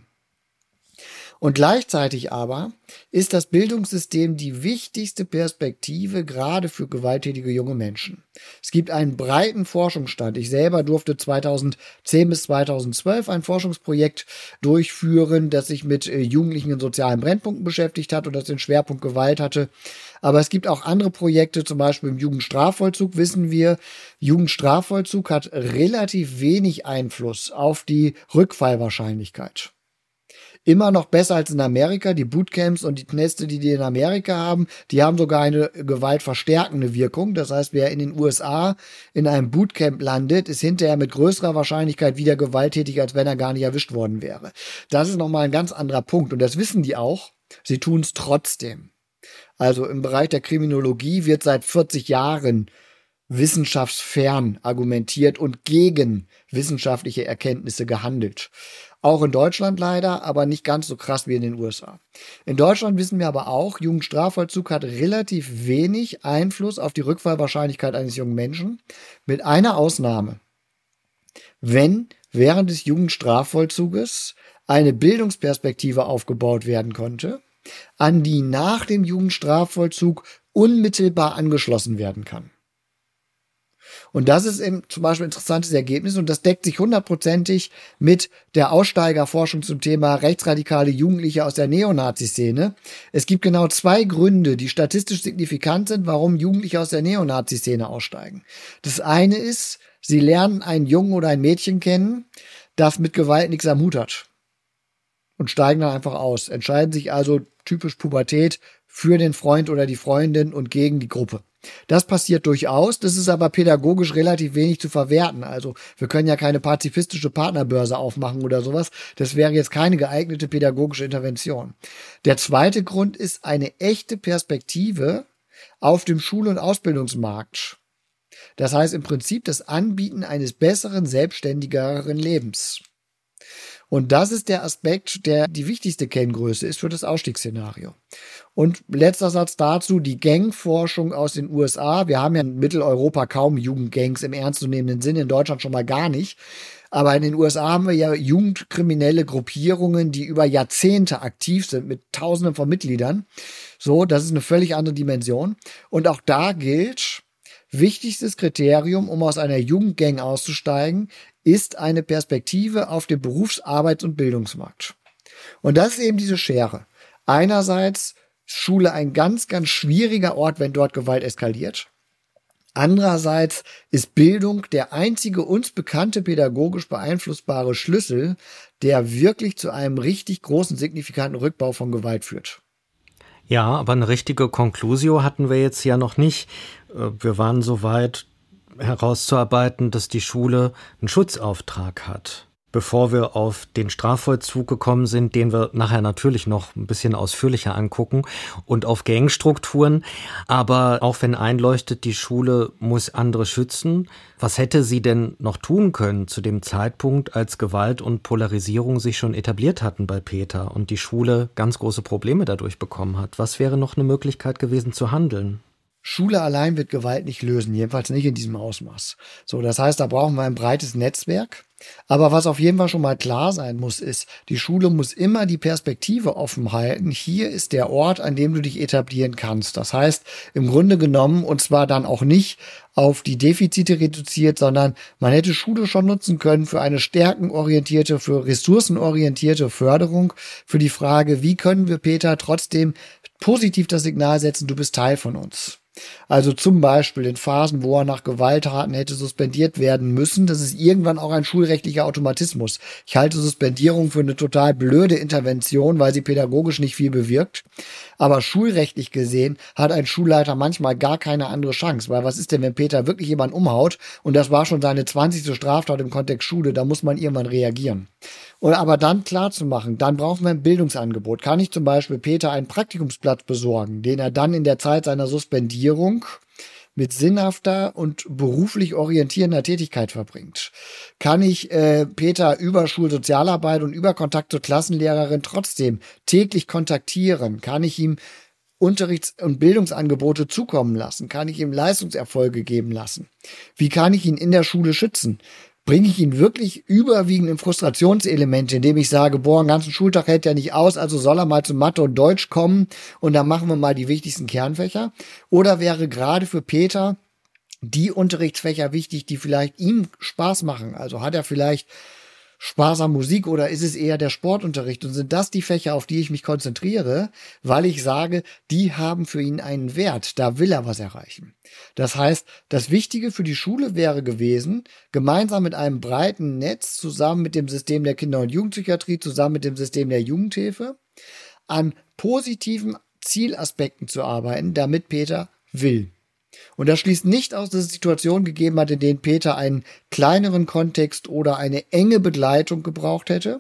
Und gleichzeitig aber ist das Bildungssystem die wichtigste Perspektive gerade für gewalttätige junge Menschen. Es gibt einen breiten Forschungsstand. Ich selber durfte zweitausendzehn bis zweitausendzwölf ein Forschungsprojekt durchführen, das sich mit Jugendlichen in sozialen Brennpunkten beschäftigt hat und das den Schwerpunkt Gewalt hatte. Aber es gibt auch andere Projekte, zum Beispiel im Jugendstrafvollzug wissen wir, Jugendstrafvollzug hat relativ wenig Einfluss auf die Rückfallwahrscheinlichkeit. Immer noch besser als in Amerika. Die Bootcamps und die Kneste, die die in Amerika haben, die haben sogar eine gewaltverstärkende Wirkung. Das heißt, wer in den U S A in einem Bootcamp landet, ist hinterher mit größerer Wahrscheinlichkeit wieder gewalttätig, als wenn er gar nicht erwischt worden wäre. Das ist nochmal ein ganz anderer Punkt. Und das wissen die auch. Sie tun es trotzdem. Also im Bereich der Kriminologie wird seit vierzig Jahren wissenschaftsfern argumentiert und gegen wissenschaftliche Erkenntnisse gehandelt. Auch in Deutschland leider, aber nicht ganz so krass wie in den U S A. In Deutschland wissen wir aber auch, Jugendstrafvollzug hat relativ wenig Einfluss auf die Rückfallwahrscheinlichkeit eines jungen Menschen, mit einer Ausnahme. Wenn während des Jugendstrafvollzuges eine Bildungsperspektive aufgebaut werden konnte, an die nach dem Jugendstrafvollzug unmittelbar angeschlossen werden kann. Und das ist eben zum Beispiel ein interessantes Ergebnis und das deckt sich hundertprozentig mit der Aussteigerforschung zum Thema rechtsradikale Jugendliche aus der Neonazi-Szene. Es gibt genau zwei Gründe, die statistisch signifikant sind, warum Jugendliche aus der Neonazi-Szene aussteigen. Das eine ist, sie lernen einen Jungen oder ein Mädchen kennen, das mit Gewalt nichts am Hut hat und steigen dann einfach aus, entscheiden sich also typisch Pubertät für den Freund oder die Freundin und gegen die Gruppe. Das passiert durchaus, das ist aber pädagogisch relativ wenig zu verwerten. Also wir können ja keine pazifistische Partnerbörse aufmachen oder sowas. Das wäre jetzt keine geeignete pädagogische Intervention. Der zweite Grund ist eine echte Perspektive auf dem Schul- und Ausbildungsmarkt. Das heißt im Prinzip das Anbieten eines besseren, selbstständigeren Lebens. Und das ist der Aspekt, der die wichtigste Kenngröße ist für das Ausstiegsszenario. Und letzter Satz dazu, die Gangforschung aus den U S A. Wir haben ja in Mitteleuropa kaum Jugendgangs im ernstzunehmenden Sinne, in Deutschland schon mal gar nicht. Aber in den U S A haben wir ja jugendkriminelle Gruppierungen, die über Jahrzehnte aktiv sind mit Tausenden von Mitgliedern. So, das ist eine völlig andere Dimension. Und auch da gilt, wichtigstes Kriterium, um aus einer Jugendgang auszusteigen, ist eine Perspektive auf den Berufs-, Arbeits- und Bildungsmarkt. Und das ist eben diese Schere. Einerseits Schule ein ganz, ganz schwieriger Ort, wenn dort Gewalt eskaliert. Andererseits ist Bildung der einzige uns bekannte pädagogisch beeinflussbare Schlüssel, der wirklich zu einem richtig großen, signifikanten Rückbau von Gewalt führt. Ja, aber eine richtige Conclusio hatten wir jetzt ja noch nicht. Wir waren so weit herauszuarbeiten, dass die Schule einen Schutzauftrag hat. Bevor wir auf den Strafvollzug gekommen sind, den wir nachher natürlich noch ein bisschen ausführlicher angucken, und auf Gangstrukturen. Aber auch wenn einleuchtet, die Schule muss andere schützen, was hätte sie denn noch tun können zu dem Zeitpunkt, als Gewalt und Polarisierung sich schon etabliert hatten bei Peter und die Schule ganz große Probleme dadurch bekommen hat? Was wäre noch eine Möglichkeit gewesen zu handeln? Schule allein wird Gewalt nicht lösen, jedenfalls nicht in diesem Ausmaß. So, das heißt, da brauchen wir ein breites Netzwerk. Aber was auf jeden Fall schon mal klar sein muss, ist, die Schule muss immer die Perspektive offen halten. Hier ist der Ort, an dem du dich etablieren kannst. Das heißt, im Grunde genommen, und zwar dann auch nicht auf die Defizite reduziert, sondern man hätte Schule schon nutzen können für eine stärkenorientierte, für ressourcenorientierte Förderung, für die Frage, wie können wir Peter trotzdem positiv das Signal setzen, du bist Teil von uns. Also zum Beispiel in Phasen, wo er nach Gewalttaten hätte suspendiert werden müssen. Das ist irgendwann auch ein schulrechtlicher Automatismus. Ich halte Suspendierung für eine total blöde Intervention, weil sie pädagogisch nicht viel bewirkt. Aber schulrechtlich gesehen hat ein Schulleiter manchmal gar keine andere Chance. Weil was ist denn, wenn Peter wirklich jemanden umhaut und das war schon seine zwanzigste Straftat im Kontext Schule, da muss man irgendwann reagieren. Und aber dann klar zu machen, dann brauchen wir ein Bildungsangebot. Kann ich zum Beispiel Peter einen Praktikumsplatz besorgen, den er dann in der Zeit seiner Suspendierung mit sinnhafter und beruflich orientierender Tätigkeit verbringt? Kann ich äh, Peter über Schulsozialarbeit und über Kontakt zur Klassenlehrerin trotzdem täglich kontaktieren? Kann ich ihm Unterrichts- und Bildungsangebote zukommen lassen? Kann ich ihm Leistungserfolge geben lassen? Wie kann ich ihn in der Schule schützen? Bringe ich ihn wirklich überwiegend in Frustrationselemente, indem ich sage, boah, einen ganzen Schultag hält er nicht aus, also soll er mal zu Mathe und Deutsch kommen und dann machen wir mal die wichtigsten Kernfächer? Oder wäre gerade für Peter die Unterrichtsfächer wichtig, die vielleicht ihm Spaß machen? Also hat er vielleicht Spaß an Musik oder ist es eher der Sportunterricht? Und sind das die Fächer, auf die ich mich konzentriere, weil ich sage, die haben für ihn einen Wert, da will er was erreichen. Das heißt, das Wichtige für die Schule wäre gewesen, gemeinsam mit einem breiten Netz, zusammen mit dem System der Kinder- und Jugendpsychiatrie, zusammen mit dem System der Jugendhilfe, an positiven Zielaspekten zu arbeiten, damit Peter will. Und das schließt nicht aus, dass es Situationen gegeben hat, in denen Peter einen kleineren Kontext oder eine enge Begleitung gebraucht hätte.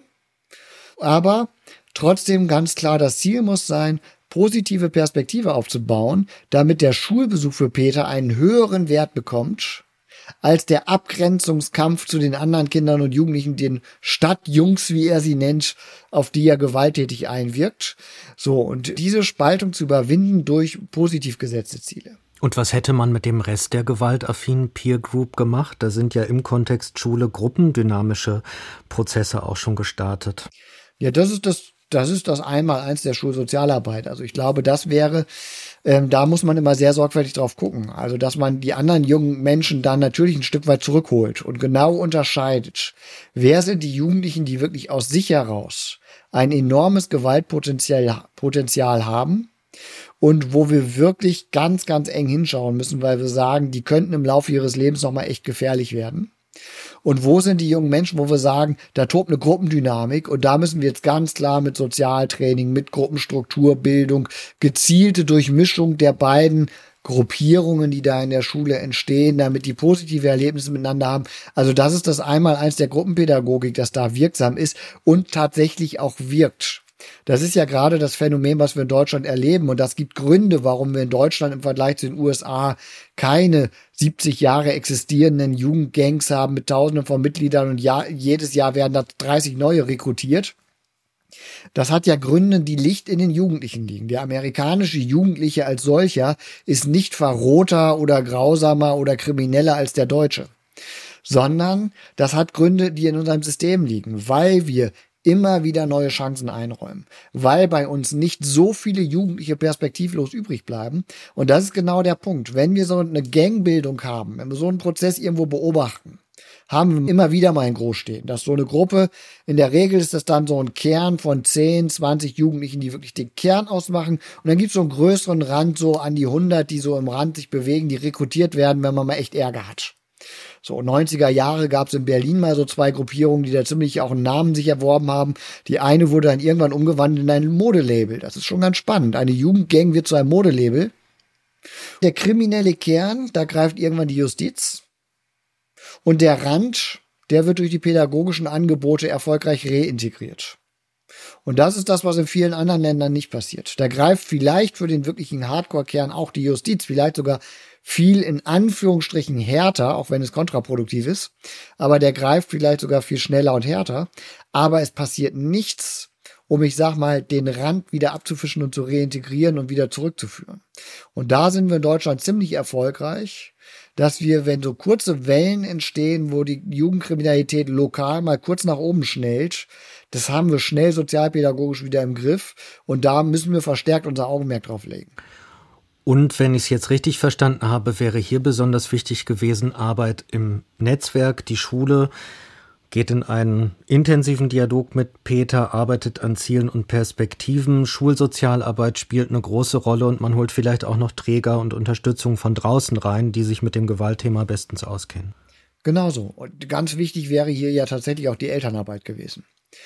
Aber trotzdem ganz klar, das Ziel muss sein, positive Perspektive aufzubauen, damit der Schulbesuch für Peter einen höheren Wert bekommt, als der Abgrenzungskampf zu den anderen Kindern und Jugendlichen, den Stadtjungs, wie er sie nennt, auf die er gewalttätig einwirkt. So, und diese Spaltung zu überwinden durch positiv gesetzte Ziele. Und was hätte man mit dem Rest der gewaltaffinen Peer Group gemacht? Da sind ja im Kontext Schule gruppendynamische Prozesse auch schon gestartet. Ja, das ist das, das ist das Einmaleins der Schulsozialarbeit. Also ich glaube, das wäre, ähm, da muss man immer sehr sorgfältig drauf gucken. Also, dass man die anderen jungen Menschen dann natürlich ein Stück weit zurückholt und genau unterscheidet. Wer sind die Jugendlichen, die wirklich aus sich heraus ein enormes Gewaltpotenzial Potenzial haben? Und wo wir wirklich ganz, ganz eng hinschauen müssen, weil wir sagen, die könnten im Laufe ihres Lebens nochmal echt gefährlich werden. Und wo sind die jungen Menschen, wo wir sagen, da tobt eine Gruppendynamik und da müssen wir jetzt ganz klar mit Sozialtraining, mit Gruppenstrukturbildung, gezielte Durchmischung der beiden Gruppierungen, die da in der Schule entstehen, damit die positive Erlebnisse miteinander haben. Also das ist das Einmaleins der Gruppenpädagogik, das da wirksam ist und tatsächlich auch wirkt. Das ist ja gerade das Phänomen, was wir in Deutschland erleben. Und das gibt Gründe, warum wir in Deutschland im Vergleich zu den U S A keine siebzig Jahre existierenden Jugendgangs haben mit Tausenden von Mitgliedern und ja, jedes Jahr werden da dreißig neue rekrutiert. Das hat ja Gründe, die Licht in den Jugendlichen liegen. Der amerikanische Jugendliche als solcher ist nicht verrohter oder grausamer oder krimineller als der Deutsche, sondern das hat Gründe, die in unserem System liegen, weil wir immer wieder neue Chancen einräumen, weil bei uns nicht so viele Jugendliche perspektivlos übrig bleiben. Und das ist genau der Punkt. Wenn wir so eine Gangbildung haben, wenn wir so einen Prozess irgendwo beobachten, haben wir immer wieder mal in groß stehen. Das ist so eine Gruppe, in der Regel ist das dann so ein Kern von zehn, zwanzig Jugendlichen, die wirklich den Kern ausmachen. Und dann gibt es so einen größeren Rand, so an die hundert, die so im Rand sich bewegen, die rekrutiert werden, wenn man mal echt Ärger hat. So, neunziger Jahre gab es in Berlin mal so zwei Gruppierungen, die da ziemlich auch einen Namen sich erworben haben. Die eine wurde dann irgendwann umgewandelt in ein Modelabel. Das ist schon ganz spannend. Eine Jugendgang wird zu einem Modelabel. Der kriminelle Kern, da greift irgendwann die Justiz. Und der Rand, der wird durch die pädagogischen Angebote erfolgreich reintegriert. Und das ist das, was in vielen anderen Ländern nicht passiert. Da greift vielleicht für den wirklichen Hardcore-Kern auch die Justiz, vielleicht sogar viel in Anführungsstrichen härter, auch wenn es kontraproduktiv ist. Aber der greift vielleicht sogar viel schneller und härter. Aber es passiert nichts, um, ich sag mal, den Rand wieder abzufischen und zu reintegrieren und wieder zurückzuführen. Und da sind wir in Deutschland ziemlich erfolgreich, dass wir, wenn so kurze Wellen entstehen, wo die Jugendkriminalität lokal mal kurz nach oben schnellt, das haben wir schnell sozialpädagogisch wieder im Griff. Und da müssen wir verstärkt unser Augenmerk drauf legen. Und wenn ich es jetzt richtig verstanden habe, wäre hier besonders wichtig gewesen, Arbeit im Netzwerk. Die Schule geht in einen intensiven Dialog mit Peter, arbeitet an Zielen und Perspektiven. Schulsozialarbeit spielt eine große Rolle und man holt vielleicht auch noch Träger und Unterstützung von draußen rein, die sich mit dem Gewaltthema bestens auskennen. Genauso. Und ganz wichtig wäre hier ja tatsächlich auch die Elternarbeit gewesen.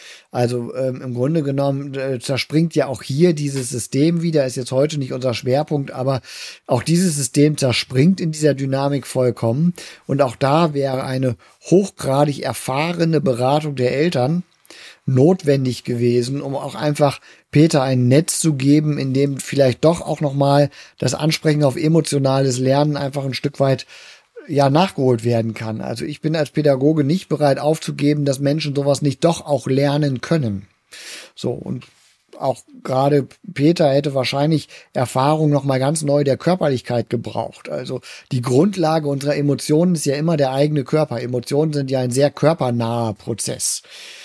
Also ähm, im Grunde genommen äh, zerspringt ja auch hier dieses System wieder, ist jetzt heute nicht unser Schwerpunkt, aber auch dieses System zerspringt in dieser Dynamik vollkommen. Und auch da wäre eine hochgradig erfahrene Beratung der Eltern notwendig gewesen, um auch einfach Peter ein Netz zu geben, in dem vielleicht doch auch nochmal das Ansprechen auf emotionales Lernen einfach ein Stück weit ja nachgeholt werden kann. Also ich bin als Pädagoge nicht bereit aufzugeben, dass Menschen sowas nicht doch auch lernen können. So, und auch gerade Peter hätte wahrscheinlich Erfahrung nochmal ganz neu der Körperlichkeit gebraucht. Also die Grundlage unserer Emotionen ist ja immer der eigene Körper. Emotionen sind ja ein sehr körpernaher Prozess.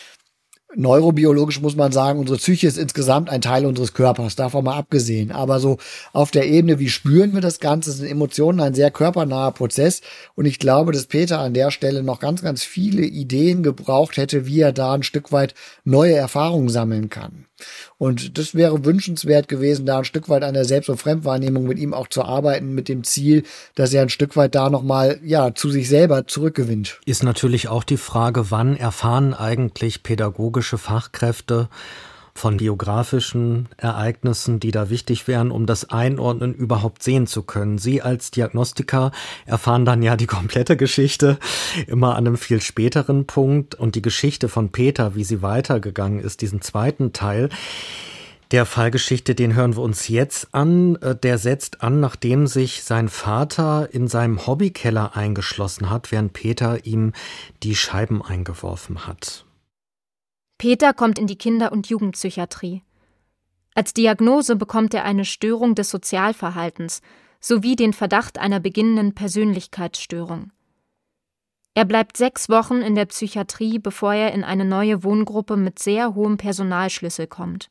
Neurobiologisch muss man sagen, unsere Psyche ist insgesamt ein Teil unseres Körpers, davon mal abgesehen. Aber so auf der Ebene, wie spüren wir das Ganze, sind Emotionen ein sehr körpernaher Prozess. Und ich glaube, dass Peter an der Stelle noch ganz, ganz viele Ideen gebraucht hätte, wie er da ein Stück weit neue Erfahrungen sammeln kann. Und das wäre wünschenswert gewesen, da ein Stück weit an der Selbst- und Fremdwahrnehmung mit ihm auch zu arbeiten, mit dem Ziel, dass er ein Stück weit da nochmal, ja, zu sich selber zurückgewinnt. Ist natürlich auch die Frage, wann erfahren eigentlich pädagogische Fachkräfte von biografischen Ereignissen, die da wichtig wären, um das Einordnen überhaupt sehen zu können. Sie als Diagnostiker erfahren dann ja die komplette Geschichte immer an einem viel späteren Punkt. Und die Geschichte von Peter, wie sie weitergegangen ist, diesen zweiten Teil der Fallgeschichte, den hören wir uns jetzt an. Der setzt an, nachdem sich sein Vater in seinem Hobbykeller eingeschlossen hat, während Peter ihm die Scheiben eingeworfen hat. Peter kommt in die Kinder- und Jugendpsychiatrie. Als Diagnose bekommt er eine Störung des Sozialverhaltens sowie den Verdacht einer beginnenden Persönlichkeitsstörung. Er bleibt sechs Wochen in der Psychiatrie, bevor er in eine neue Wohngruppe mit sehr hohem Personalschlüssel kommt.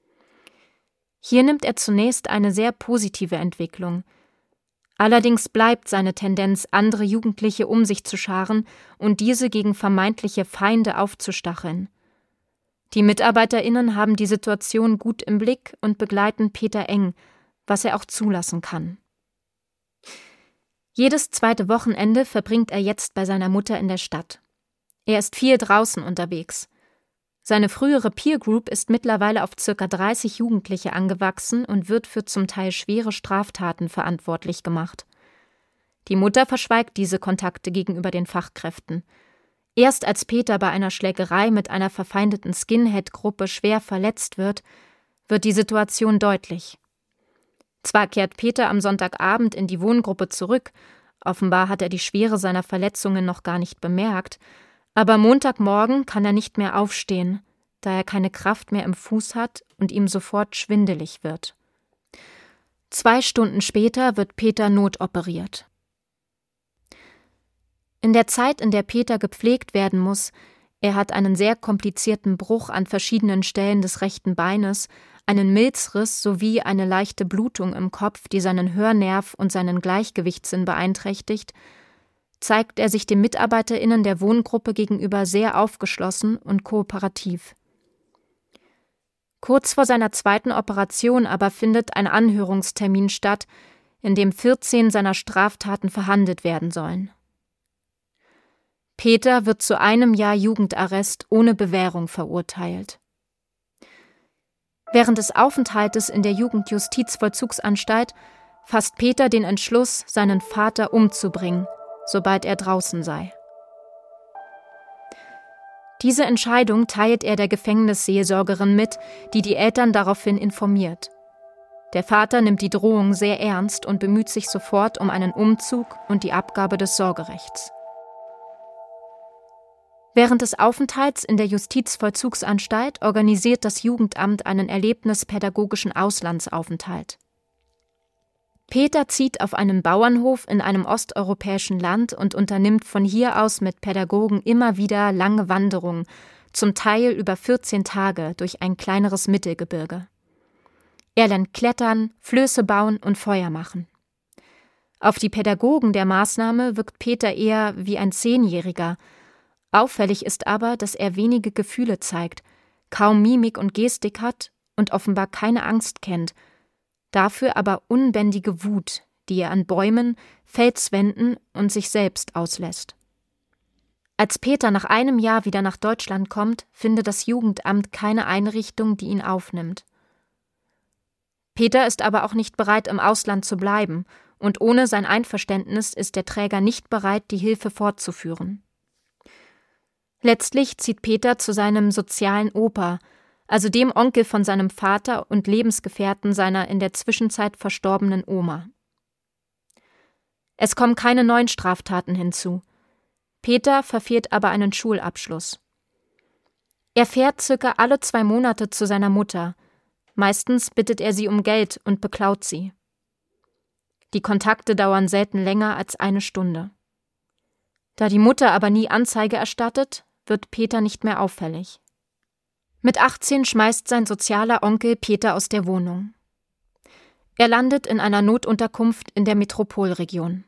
Hier nimmt er zunächst eine sehr positive Entwicklung. Allerdings bleibt seine Tendenz, andere Jugendliche um sich zu scharen und diese gegen vermeintliche Feinde aufzustacheln. Die MitarbeiterInnen haben die Situation gut im Blick und begleiten Peter eng, was er auch zulassen kann. Jedes zweite Wochenende verbringt er jetzt bei seiner Mutter in der Stadt. Er ist viel draußen unterwegs. Seine frühere Peer Group ist mittlerweile auf ca. dreißig Jugendliche angewachsen und wird für zum Teil schwere Straftaten verantwortlich gemacht. Die Mutter verschweigt diese Kontakte gegenüber den Fachkräften. Erst als Peter bei einer Schlägerei mit einer verfeindeten Skinhead-Gruppe schwer verletzt wird, wird die Situation deutlich. Zwar kehrt Peter am Sonntagabend in die Wohngruppe zurück, offenbar hat er die Schwere seiner Verletzungen noch gar nicht bemerkt, aber Montagmorgen kann er nicht mehr aufstehen, da er keine Kraft mehr im Fuß hat und ihm sofort schwindelig wird. Zwei Stunden später wird Peter notoperiert. In der Zeit, in der Peter gepflegt werden muss, er hat einen sehr komplizierten Bruch an verschiedenen Stellen des rechten Beines, einen Milzriss sowie eine leichte Blutung im Kopf, die seinen Hörnerv und seinen Gleichgewichtssinn beeinträchtigt, zeigt er sich den MitarbeiterInnen der Wohngruppe gegenüber sehr aufgeschlossen und kooperativ. Kurz vor seiner zweiten Operation aber findet ein Anhörungstermin statt, in dem vierzehn seiner Straftaten verhandelt werden sollen. Peter wird zu einem Jahr Jugendarrest ohne Bewährung verurteilt. Während des Aufenthaltes in der Jugendjustizvollzugsanstalt fasst Peter den Entschluss, seinen Vater umzubringen, sobald er draußen sei. Diese Entscheidung teilt er der Gefängnisseelsorgerin mit, die die Eltern daraufhin informiert. Der Vater nimmt die Drohung sehr ernst und bemüht sich sofort um einen Umzug und die Abgabe des Sorgerechts. Während des Aufenthalts in der Justizvollzugsanstalt organisiert das Jugendamt einen erlebnispädagogischen Auslandsaufenthalt. Peter zieht auf einen Bauernhof in einem osteuropäischen Land und unternimmt von hier aus mit Pädagogen immer wieder lange Wanderungen, zum Teil über vierzehn Tage durch ein kleineres Mittelgebirge. Er lernt klettern, Flöße bauen und Feuer machen. Auf die Pädagogen der Maßnahme wirkt Peter eher wie ein Zehnjähriger. Auffällig ist aber, dass er wenige Gefühle zeigt, kaum Mimik und Gestik hat und offenbar keine Angst kennt, dafür aber unbändige Wut, die er an Bäumen, Felswänden und sich selbst auslässt. Als Peter nach einem Jahr wieder nach Deutschland kommt, findet das Jugendamt keine Einrichtung, die ihn aufnimmt. Peter ist aber auch nicht bereit, im Ausland zu bleiben, und ohne sein Einverständnis ist der Träger nicht bereit, die Hilfe fortzuführen. Letztlich zieht Peter zu seinem sozialen Opa, also dem Onkel von seinem Vater und Lebensgefährten seiner in der Zwischenzeit verstorbenen Oma. Es kommen keine neuen Straftaten hinzu. Peter verfehlt aber einen Schulabschluss. Er fährt circa alle zwei Monate zu seiner Mutter. Meistens bittet er sie um Geld und beklaut sie. Die Kontakte dauern selten länger als eine Stunde. Da die Mutter aber nie Anzeige erstattet, wird Peter nicht mehr auffällig. Mit achtzehn schmeißt sein sozialer Onkel Peter aus der Wohnung. Er landet in einer Notunterkunft in der Metropolregion.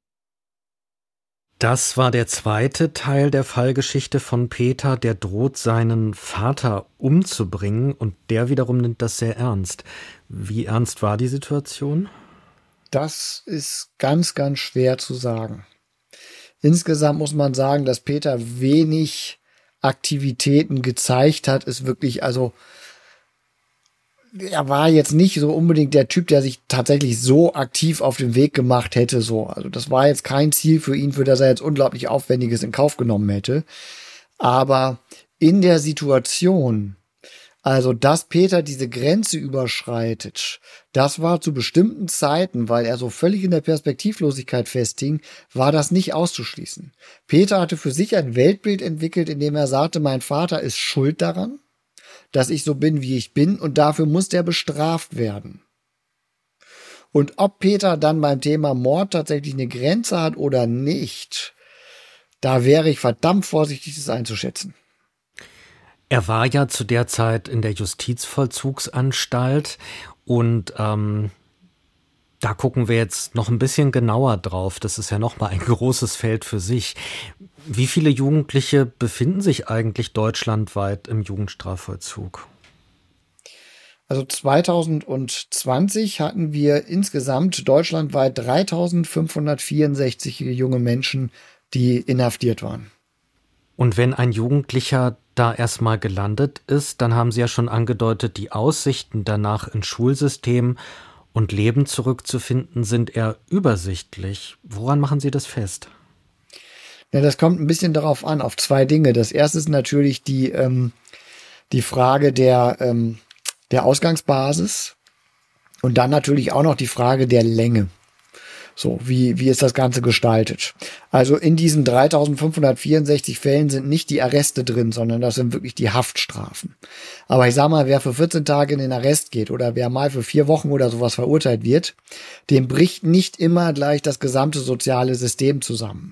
Das war der zweite Teil der Fallgeschichte von Peter, der droht, seinen Vater umzubringen, und der wiederum nimmt das sehr ernst. Wie ernst war die Situation? Das ist ganz, ganz schwer zu sagen. Insgesamt muss man sagen, dass Peter wenig Aktivitäten gezeigt hat. Ist wirklich, also er war jetzt nicht so unbedingt der Typ, der sich tatsächlich so aktiv auf den Weg gemacht hätte. So, also das war jetzt kein Ziel für ihn, für das er jetzt unglaublich Aufwendiges in Kauf genommen hätte. Aber in der Situation, also dass Peter diese Grenze überschreitet, das war zu bestimmten Zeiten, weil er so völlig in der Perspektivlosigkeit festhing, war das nicht auszuschließen. Peter hatte für sich ein Weltbild entwickelt, in dem er sagte, mein Vater ist schuld daran, dass ich so bin, wie ich bin, und dafür muss der bestraft werden. Und ob Peter dann beim Thema Mord tatsächlich eine Grenze hat oder nicht, da wäre ich verdammt vorsichtig, das einzuschätzen. Er war ja zu der Zeit in der Justizvollzugsanstalt, und ähm, da gucken wir jetzt noch ein bisschen genauer drauf. Das ist ja nochmal ein großes Feld für sich. Wie viele Jugendliche befinden sich eigentlich deutschlandweit im Jugendstrafvollzug? Also zwanzig zwanzig hatten wir insgesamt deutschlandweit dreitausendfünfhundertvierundsechzig junge Menschen, die inhaftiert waren. Und wenn ein Jugendlicher da erstmal gelandet ist, dann haben Sie ja schon angedeutet, die Aussichten danach ins Schulsystem und Leben zurückzufinden sind eher übersichtlich. Woran machen Sie das fest? Ja, das kommt ein bisschen darauf an, auf zwei Dinge. Das erste ist natürlich die, ähm, die Frage der, ähm, der Ausgangsbasis und dann natürlich auch noch die Frage der Länge. So, wie, wie ist das Ganze gestaltet? Also in diesen dreitausendfünfhundertvierundsechzig Fällen sind nicht die Arreste drin, sondern das sind wirklich die Haftstrafen. Aber ich sag mal, wer für vierzehn Tage in den Arrest geht oder wer mal für vier Wochen oder sowas verurteilt wird, dem bricht nicht immer gleich das gesamte soziale System zusammen.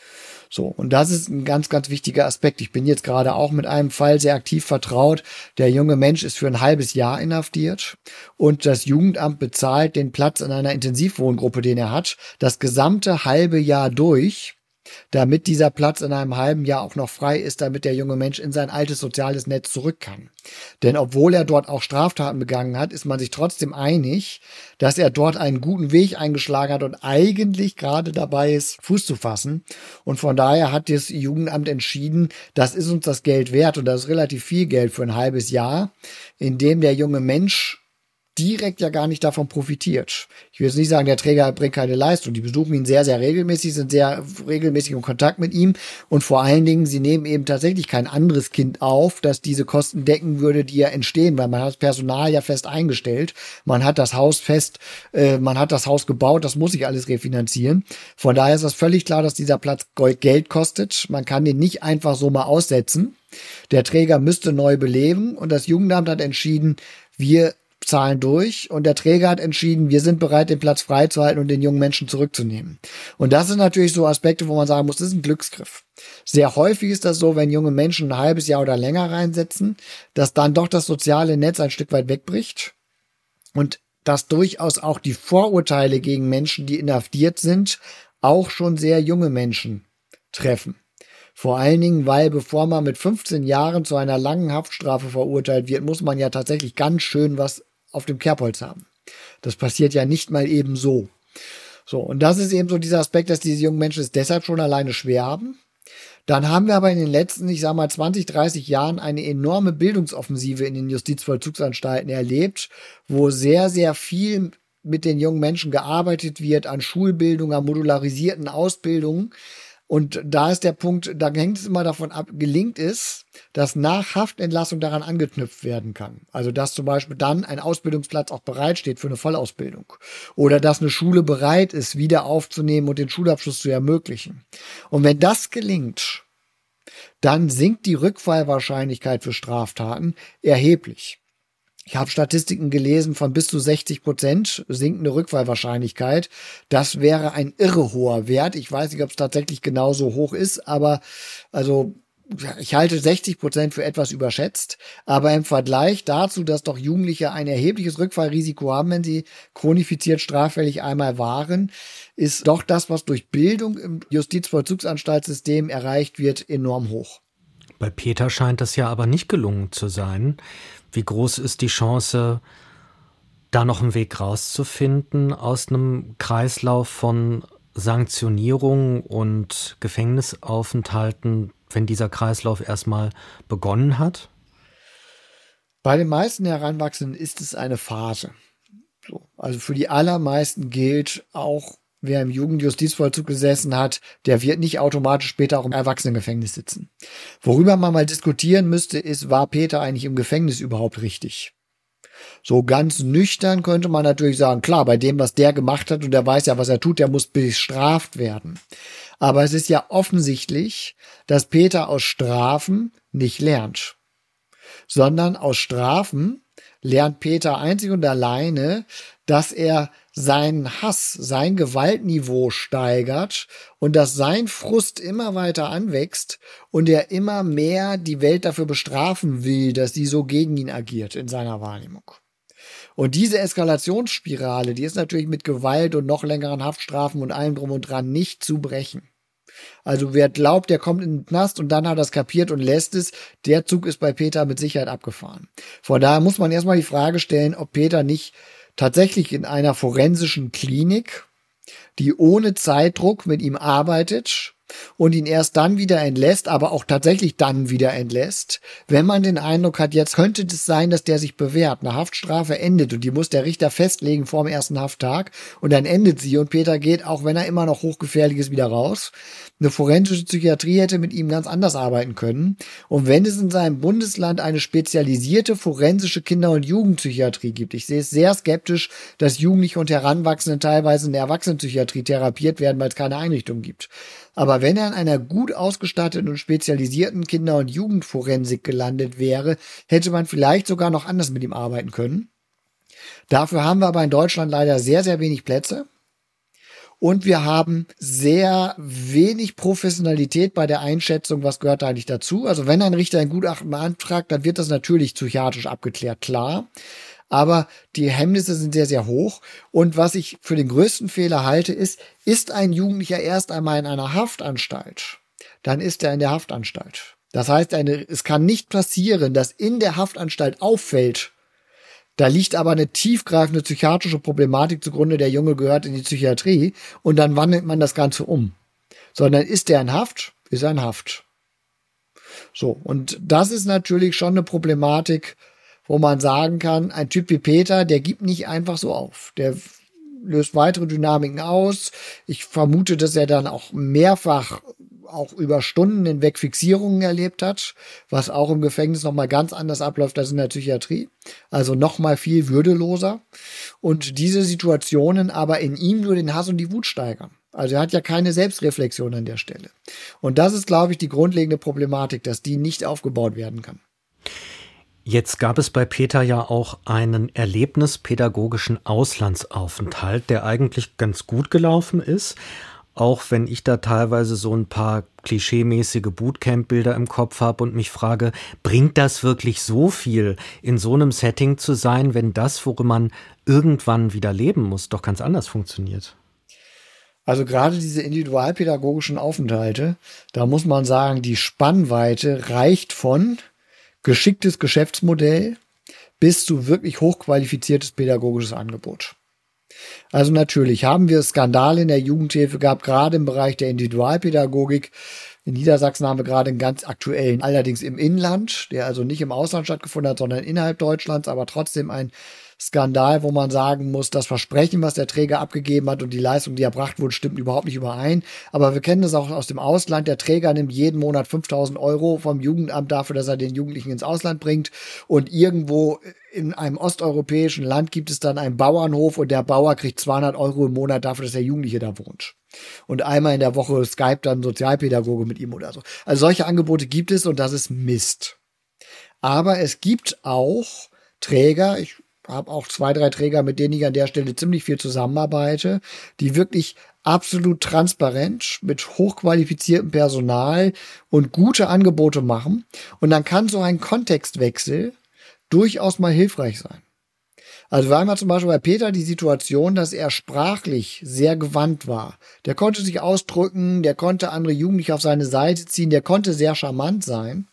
So, und das ist ein ganz, ganz wichtiger Aspekt. Ich bin jetzt gerade auch mit einem Fall sehr aktiv vertraut. Der junge Mensch ist für ein halbes Jahr inhaftiert und das Jugendamt bezahlt den Platz in einer Intensivwohngruppe, den er hat, das gesamte halbe Jahr durch, damit dieser Platz in einem halben Jahr auch noch frei ist, damit der junge Mensch in sein altes soziales Netz zurück kann. Denn obwohl er dort auch Straftaten begangen hat, ist man sich trotzdem einig, dass er dort einen guten Weg eingeschlagen hat und eigentlich gerade dabei ist, Fuß zu fassen. Und von daher hat das Jugendamt entschieden, das ist uns das Geld wert und das ist relativ viel Geld für ein halbes Jahr, in dem der junge Mensch direkt ja gar nicht davon profitiert. Ich will jetzt nicht sagen, der Träger bringt keine Leistung. Die besuchen ihn sehr, sehr regelmäßig, sind sehr regelmäßig in Kontakt mit ihm und vor allen Dingen, sie nehmen eben tatsächlich kein anderes Kind auf, das diese Kosten decken würde, die ja entstehen, weil man hat das Personal ja fest eingestellt, man hat das Haus fest, äh, man hat das Haus gebaut, das muss sich alles refinanzieren. Von daher ist das völlig klar, dass dieser Platz Geld kostet. Man kann den nicht einfach so mal aussetzen. Der Träger müsste neu beleben und das Jugendamt hat entschieden, wir zahlen durch und der Träger hat entschieden, wir sind bereit, den Platz freizuhalten und den jungen Menschen zurückzunehmen. Und das sind natürlich so Aspekte, wo man sagen muss, das ist ein Glücksgriff. Sehr häufig ist das so, wenn junge Menschen ein halbes Jahr oder länger reinsetzen, dass dann doch das soziale Netz ein Stück weit wegbricht und dass durchaus auch die Vorurteile gegen Menschen, die inhaftiert sind, auch schon sehr junge Menschen treffen. Vor allen Dingen, weil bevor man mit fünfzehn Jahren zu einer langen Haftstrafe verurteilt wird, muss man ja tatsächlich ganz schön was auf dem Kerbholz haben. Das passiert ja nicht mal eben so. So, und das ist eben so dieser Aspekt, dass diese jungen Menschen es deshalb schon alleine schwer haben. Dann haben wir aber in den letzten, ich sag mal, zwanzig, dreißig Jahren eine enorme Bildungsoffensive in den Justizvollzugsanstalten erlebt, wo sehr, sehr viel mit den jungen Menschen gearbeitet wird, an Schulbildung, an modularisierten Ausbildungen. Und da ist der Punkt, da hängt es immer davon ab, gelingt es, dass nach Haftentlassung daran angeknüpft werden kann. Also dass zum Beispiel dann ein Ausbildungsplatz auch bereitsteht für eine Vollausbildung. Oder dass eine Schule bereit ist, wieder aufzunehmen und den Schulabschluss zu ermöglichen. Und wenn das gelingt, dann sinkt die Rückfallwahrscheinlichkeit für Straftaten erheblich. Ich habe Statistiken gelesen von bis zu sechzig Prozent sinkende Rückfallwahrscheinlichkeit. Das wäre ein irre hoher Wert. Ich weiß nicht, ob es tatsächlich genauso hoch ist, aber also ich halte sechzig Prozent für etwas überschätzt. Aber im Vergleich dazu, dass doch Jugendliche ein erhebliches Rückfallrisiko haben, wenn sie chronifiziert straffällig einmal waren, ist doch das, was durch Bildung im Justizvollzugsanstaltssystem erreicht wird, enorm hoch. Bei Peter scheint das ja aber nicht gelungen zu sein. Wie groß ist die Chance, da noch einen Weg rauszufinden aus einem Kreislauf von Sanktionierung und Gefängnisaufenthalten, wenn dieser Kreislauf erstmal begonnen hat? Bei den meisten Heranwachsenden ist es eine Phase. So, also für die allermeisten gilt auch, wer im Jugendjustizvollzug gesessen hat, der wird nicht automatisch später auch im Erwachsenengefängnis sitzen. Worüber man mal diskutieren müsste, ist, war Peter eigentlich im Gefängnis überhaupt richtig? So ganz nüchtern könnte man natürlich sagen, klar, bei dem, was der gemacht hat und der weiß ja, was er tut, der muss bestraft werden. Aber es ist ja offensichtlich, dass Peter aus Strafen nicht lernt, sondern aus Strafen lernt Peter einzig und alleine, dass er seinen Hass, sein Gewaltniveau steigert und dass sein Frust immer weiter anwächst und er immer mehr die Welt dafür bestrafen will, dass sie so gegen ihn agiert in seiner Wahrnehmung. Und diese Eskalationsspirale, die ist natürlich mit Gewalt und noch längeren Haftstrafen und allem drum und dran nicht zu brechen. Also wer glaubt, der kommt in den Knast und dann hat er es kapiert und lässt es, der Zug ist bei Peter mit Sicherheit abgefahren. Von daher muss man erstmal die Frage stellen, ob Peter nicht tatsächlich in einer forensischen Klinik, die ohne Zeitdruck mit ihm arbeitet, und ihn erst dann wieder entlässt, aber auch tatsächlich dann wieder entlässt, wenn man den Eindruck hat, jetzt könnte es sein, dass der sich bewährt. Eine Haftstrafe endet und die muss der Richter festlegen vor dem ersten Hafttag und dann endet sie und Peter geht, auch wenn er immer noch hochgefährlich ist, wieder raus. Eine forensische Psychiatrie hätte mit ihm ganz anders arbeiten können. Und wenn es in seinem Bundesland eine spezialisierte forensische Kinder- und Jugendpsychiatrie gibt, ich sehe es sehr skeptisch, dass Jugendliche und Heranwachsende teilweise in der Erwachsenenpsychiatrie therapiert werden, weil es keine Einrichtung gibt. Aber wenn er in einer gut ausgestatteten und spezialisierten Kinder- und Jugendforensik gelandet wäre, hätte man vielleicht sogar noch anders mit ihm arbeiten können. Dafür haben wir aber in Deutschland leider sehr, sehr wenig Plätze. Und wir haben sehr wenig Professionalität bei der Einschätzung, was gehört da eigentlich dazu. Also wenn ein Richter ein Gutachten beantragt, dann wird das natürlich psychiatrisch abgeklärt, klar. Aber die Hemmnisse sind sehr, sehr hoch. Und was ich für den größten Fehler halte, ist, ist ein Jugendlicher erst einmal in einer Haftanstalt, dann ist er in der Haftanstalt. Das heißt, eine, es kann nicht passieren, dass in der Haftanstalt auffällt, da liegt aber eine tiefgreifende psychiatrische Problematik zugrunde, der Junge gehört in die Psychiatrie und dann wandelt man das Ganze um. Sondern ist er in Haft, ist er in Haft. So, und das ist natürlich schon eine Problematik, wo man sagen kann, ein Typ wie Peter, der gibt nicht einfach so auf. Der löst weitere Dynamiken aus. Ich vermute, dass er dann auch mehrfach auch über Stunden hinweg Fixierungen erlebt hat, was auch im Gefängnis nochmal ganz anders abläuft als in der Psychiatrie. Also nochmal viel würdeloser. Und diese Situationen aber in ihm nur den Hass und die Wut steigern. Also er hat ja keine Selbstreflexion an der Stelle. Und das ist, glaube ich, die grundlegende Problematik, dass die nicht aufgebaut werden kann. Jetzt gab es bei Peter ja auch einen erlebnispädagogischen Auslandsaufenthalt, der eigentlich ganz gut gelaufen ist. Auch wenn ich da teilweise so ein paar klischeemäßige Bootcamp-Bilder im Kopf habe und mich frage, bringt das wirklich so viel, in so einem Setting zu sein, wenn das, worin man irgendwann wieder leben muss, doch ganz anders funktioniert? Also gerade diese individualpädagogischen Aufenthalte, da muss man sagen, die Spannweite reicht von geschicktes Geschäftsmodell bis zu wirklich hochqualifiziertes pädagogisches Angebot. Also natürlich haben wir Skandale in der Jugendhilfe gehabt, gerade im Bereich der Individualpädagogik. In Niedersachsen haben wir gerade einen ganz aktuellen, allerdings im Inland, der also nicht im Ausland stattgefunden hat, sondern innerhalb Deutschlands, aber trotzdem ein Skandal, wo man sagen muss, das Versprechen, was der Träger abgegeben hat und die Leistung, die erbracht wurde, stimmt überhaupt nicht überein. Aber wir kennen das auch aus dem Ausland. Der Träger nimmt jeden Monat fünftausend Euro vom Jugendamt dafür, dass er den Jugendlichen ins Ausland bringt. Und irgendwo in einem osteuropäischen Land gibt es dann einen Bauernhof und der Bauer kriegt zweihundert Euro im Monat dafür, dass der Jugendliche da wohnt. Und einmal in der Woche Skype dann Sozialpädagoge mit ihm oder so. Also solche Angebote gibt es und das ist Mist. Aber es gibt auch Träger, ich habe auch zwei, drei Träger, mit denen ich an der Stelle ziemlich viel zusammenarbeite, die wirklich absolut transparent mit hochqualifiziertem Personal und gute Angebote machen. Und dann kann so ein Kontextwechsel durchaus mal hilfreich sein. Also wir haben ja zum Beispiel bei Peter die Situation, dass er sprachlich sehr gewandt war. Der konnte sich ausdrücken, der konnte andere Jugendliche auf seine Seite ziehen, der konnte sehr charmant sein.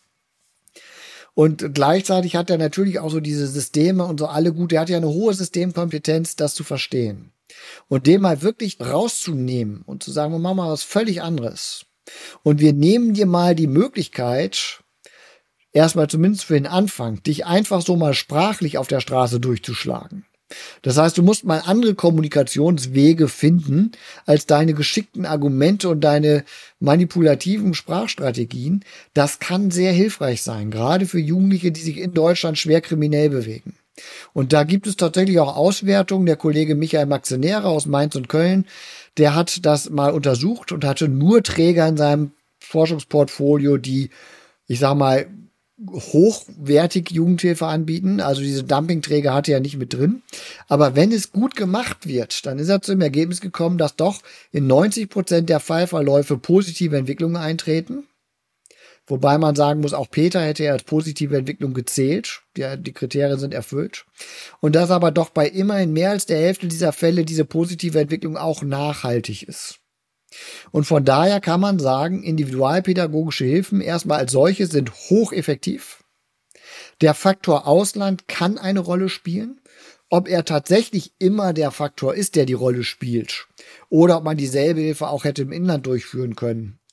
Und gleichzeitig hat er natürlich auch so diese Systeme und so alle gut. Er hat ja eine hohe Systemkompetenz, das zu verstehen. Und den mal wirklich rauszunehmen und zu sagen, wir machen mal was völlig anderes. Und wir nehmen dir mal die Möglichkeit, erstmal zumindest für den Anfang, dich einfach so mal sprachlich auf der Straße durchzuschlagen. Das heißt, du musst mal andere Kommunikationswege finden als deine geschickten Argumente und deine manipulativen Sprachstrategien. Das kann sehr hilfreich sein, gerade für Jugendliche, die sich in Deutschland schwer kriminell bewegen. Und da gibt es tatsächlich auch Auswertungen. Der Kollege Michael Maxenera aus Mainz und Köln, der hat das mal untersucht und hatte nur Träger in seinem Forschungsportfolio, die, ich sag mal, hochwertig Jugendhilfe anbieten. Also diese Dumpingträger hatte er nicht mit drin. Aber wenn es gut gemacht wird, dann ist er zu dem Ergebnis gekommen, dass doch in neunzig Prozent der Fallverläufe positive Entwicklungen eintreten. Wobei man sagen muss, auch Peter hätte er als positive Entwicklung gezählt. Die, die Kriterien sind erfüllt. Und dass aber doch bei immerhin mehr als der Hälfte dieser Fälle diese positive Entwicklung auch nachhaltig ist. Und von daher kann man sagen, individualpädagogische Hilfen erstmal als solche sind hocheffektiv. Der Faktor Ausland kann eine Rolle spielen. Ob er tatsächlich immer der Faktor ist, der die Rolle spielt, oder ob man dieselbe Hilfe auch hätte im Inland durchführen können,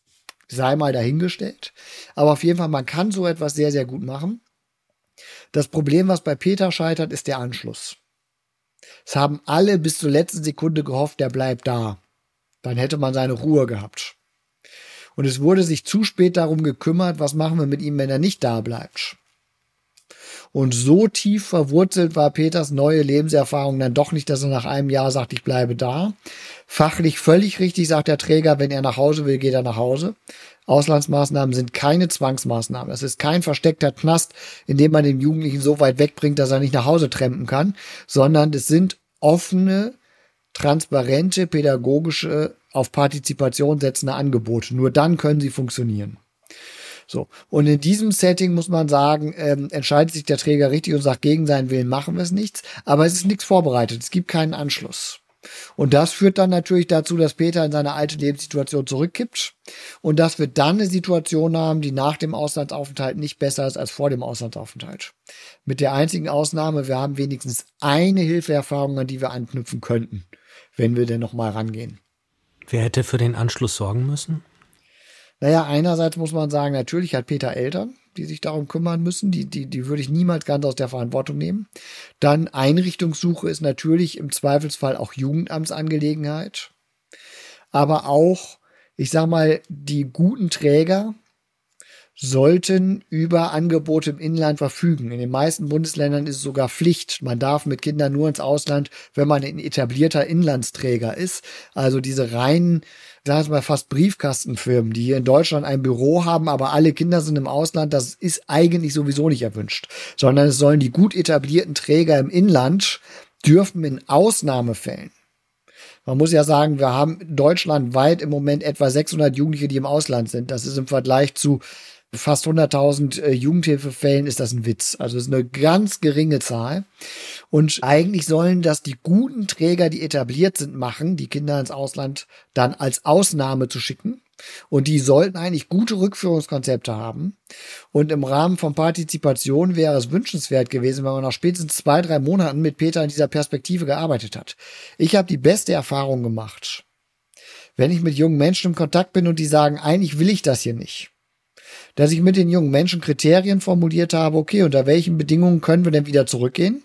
sei mal dahingestellt. Aber auf jeden Fall, man kann so etwas sehr, sehr gut machen. Das Problem, was bei Peter scheitert, ist der Anschluss. Es haben alle bis zur letzten Sekunde gehofft, der bleibt da. Dann hätte man seine Ruhe gehabt. Und es wurde sich zu spät darum gekümmert, was machen wir mit ihm, wenn er nicht da bleibt. Und so tief verwurzelt war Peters neue Lebenserfahrung dann doch nicht, dass er nach einem Jahr sagt, ich bleibe da. Fachlich völlig richtig, sagt der Träger, wenn er nach Hause will, geht er nach Hause. Auslandsmaßnahmen sind keine Zwangsmaßnahmen. Das ist kein versteckter Knast, in dem man den Jugendlichen so weit wegbringt, dass er nicht nach Hause trampen kann, sondern es sind offene, transparente, pädagogische, auf Partizipation setzende Angebote. Nur dann können sie funktionieren. So. Und in diesem Setting muss man sagen, ähm, entscheidet sich der Träger richtig und sagt, gegen seinen Willen machen wir es nichts. Aber es ist nichts vorbereitet. Es gibt keinen Anschluss. Und das führt dann natürlich dazu, dass Peter in seine alte Lebenssituation zurückkippt. Und dass wir dann eine Situation haben, die nach dem Auslandsaufenthalt nicht besser ist als vor dem Auslandsaufenthalt. Mit der einzigen Ausnahme, wir haben wenigstens eine Hilfeerfahrung, an die wir anknüpfen könnten, wenn wir denn nochmal rangehen. Wer hätte für den Anschluss sorgen müssen? Naja, einerseits muss man sagen, natürlich hat Peter Eltern, die sich darum kümmern müssen. Die, die, die würde ich niemals ganz aus der Verantwortung nehmen. Dann Einrichtungssuche ist natürlich im Zweifelsfall auch Jugendamtsangelegenheit. Aber auch, ich sag mal, die guten Träger sollten über Angebote im Inland verfügen. In den meisten Bundesländern ist es sogar Pflicht. Man darf mit Kindern nur ins Ausland, wenn man ein etablierter Inlandsträger ist. Also diese reinen, sagen wir mal, fast Briefkastenfirmen, die hier in Deutschland ein Büro haben, aber alle Kinder sind im Ausland, das ist eigentlich sowieso nicht erwünscht. Sondern es sollen die gut etablierten Träger im Inland, dürfen in Ausnahmefällen. Man muss ja sagen, wir haben deutschlandweit im Moment etwa sechshundert Jugendliche, die im Ausland sind. Das ist im Vergleich zu fast hunderttausend äh, Jugendhilfefällen ist das ein Witz. Also es ist eine ganz geringe Zahl. Und eigentlich sollen das die guten Träger, die etabliert sind, machen, die Kinder ins Ausland dann als Ausnahme zu schicken. Und die sollten eigentlich gute Rückführungskonzepte haben. Und im Rahmen von Partizipation wäre es wünschenswert gewesen, wenn man nach spätestens zwei, drei Monaten mit Peter in dieser Perspektive gearbeitet hat. Ich habe die beste Erfahrung gemacht. Wenn ich mit jungen Menschen im Kontakt bin und die sagen, eigentlich will ich das hier nicht. Dass ich mit den jungen Menschen Kriterien formuliert habe, okay, unter welchen Bedingungen können wir denn wieder zurückgehen?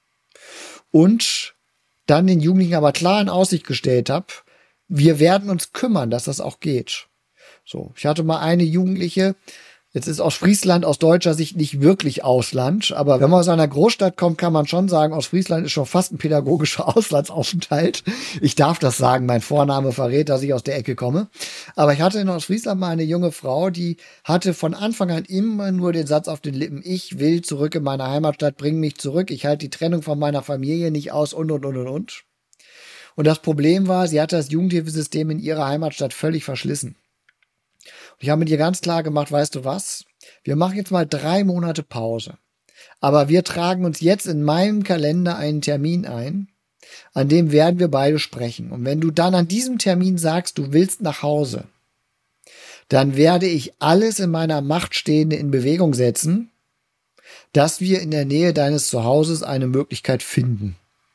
Und dann den Jugendlichen aber klar in Aussicht gestellt habe, wir werden uns kümmern, dass das auch geht. So, ich hatte mal eine Jugendliche, jetzt ist Ostfriesland aus deutscher Sicht nicht wirklich Ausland, aber wenn man aus einer Großstadt kommt, kann man schon sagen, Ostfriesland ist schon fast ein pädagogischer Auslandsaufenthalt. Ich darf das sagen, mein Vorname verrät, dass ich aus der Ecke komme. Aber ich hatte in Ostfriesland mal eine junge Frau, die hatte von Anfang an immer nur den Satz auf den Lippen, ich will zurück in meine Heimatstadt, bring mich zurück, ich halte die Trennung von meiner Familie nicht aus und, und, und, und, und. Und das Problem war, sie hatte das Jugendhilfesystem in ihrer Heimatstadt völlig verschlissen. Und ich habe mit ihr ganz klar gemacht, weißt du was? Wir machen jetzt mal drei Monate Pause. Aber wir tragen uns jetzt in meinem Kalender einen Termin ein, an dem werden wir beide sprechen. Und wenn du dann an diesem Termin sagst, du willst nach Hause, dann werde ich alles in meiner Macht Stehende in Bewegung setzen, dass wir in der Nähe deines Zuhauses eine Möglichkeit finden.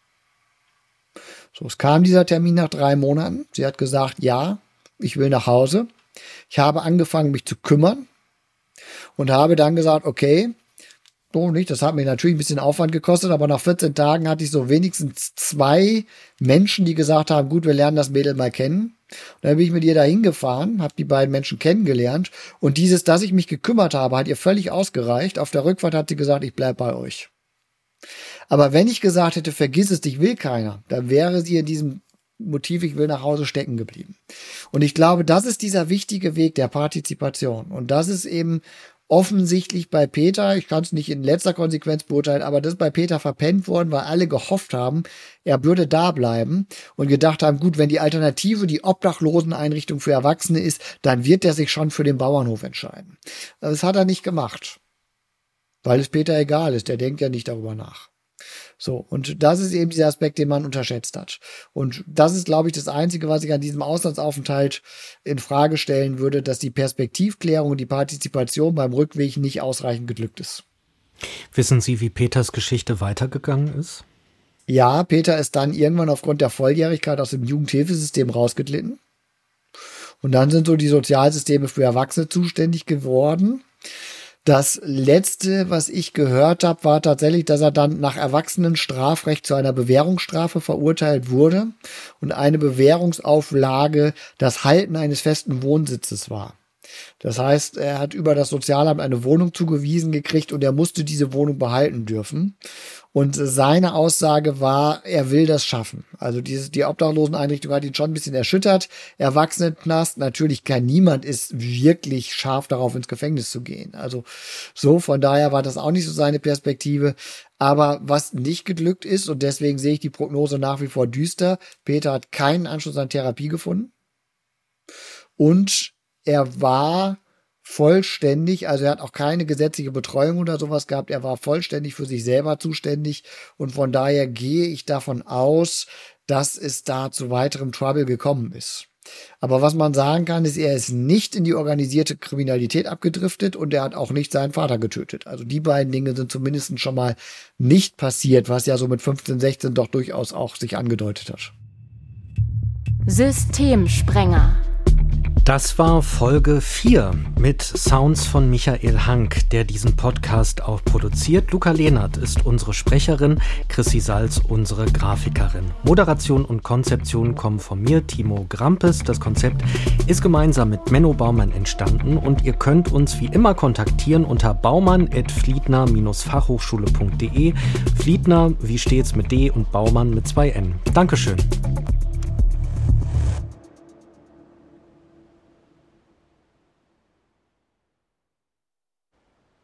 So, es kam dieser Termin nach drei Monaten. Sie hat gesagt, ja, ich will nach Hause. Ich habe angefangen, mich zu kümmern und habe dann gesagt, okay, so nicht, das hat mir natürlich ein bisschen Aufwand gekostet, aber nach vierzehn Tagen hatte ich so wenigstens zwei Menschen, die gesagt haben, gut, wir lernen das Mädel mal kennen. Und dann bin ich mit ihr dahin gefahren, habe die beiden Menschen kennengelernt und dieses, dass ich mich gekümmert habe, hat ihr völlig ausgereicht. Auf der Rückfahrt hat sie gesagt, ich bleib bei euch. Aber wenn ich gesagt hätte, vergiss es, dich will keiner, dann wäre sie in diesem Motiv, ich will nach Hause, stecken geblieben. Und ich glaube, das ist dieser wichtige Weg der Partizipation. Und das ist eben offensichtlich bei Peter, ich kann es nicht in letzter Konsequenz beurteilen, aber das ist bei Peter verpennt worden, weil alle gehofft haben, er würde da bleiben und gedacht haben, gut, wenn die Alternative die Obdachloseneinrichtung für Erwachsene ist, dann wird er sich schon für den Bauernhof entscheiden. Das hat er nicht gemacht, weil es Peter egal ist, der denkt ja nicht darüber nach. So, und das ist eben dieser Aspekt, den man unterschätzt hat. Und das ist, glaube ich, das Einzige, was ich an diesem Auslandsaufenthalt in Frage stellen würde, dass die Perspektivklärung und die Partizipation beim Rückweg nicht ausreichend geglückt ist. Wissen Sie, wie Peters Geschichte weitergegangen ist? Ja, Peter ist dann irgendwann aufgrund der Volljährigkeit aus dem Jugendhilfesystem rausgeglitten. Und dann sind so die Sozialsysteme für Erwachsene zuständig geworden. Das Letzte, was ich gehört habe, war tatsächlich, dass er dann nach Erwachsenenstrafrecht zu einer Bewährungsstrafe verurteilt wurde und eine Bewährungsauflage das Halten eines festen Wohnsitzes war. Das heißt, er hat über das Sozialamt eine Wohnung zugewiesen gekriegt und er musste diese Wohnung behalten dürfen. Und seine Aussage war, er will das schaffen. Also dieses, die Obdachloseneinrichtung hat ihn schon ein bisschen erschüttert. Erwachsenenknast, natürlich kein niemand ist wirklich scharf darauf, ins Gefängnis zu gehen. Also so, von daher war das auch nicht so seine Perspektive. Aber was nicht geglückt ist, und deswegen sehe ich die Prognose nach wie vor düster, Peter hat keinen Anschluss an Therapie gefunden. Und er war vollständig, also er hat auch keine gesetzliche Betreuung oder sowas gehabt, er war vollständig für sich selber zuständig und von daher gehe ich davon aus, dass es da zu weiterem Trouble gekommen ist. Aber was man sagen kann, ist, er ist nicht in die organisierte Kriminalität abgedriftet und er hat auch nicht seinen Vater getötet. Also die beiden Dinge sind zumindest schon mal nicht passiert, was ja so mit fünfzehn, sechzehn doch durchaus auch sich angedeutet hat. Systemsprenger. Das war Folge vier mit Sounds von Michael Hank, der diesen Podcast auch produziert. Luca Lehnert ist unsere Sprecherin, Chrissy Salz unsere Grafikerin. Moderation und Konzeption kommen von mir, Timo Grampes. Das Konzept ist gemeinsam mit Menno Baumann entstanden und ihr könnt uns wie immer kontaktieren unter baumann at fliedner fachhochschule punkt de. Fliedner wie stets mit D und Baumann mit zwei N. Dankeschön.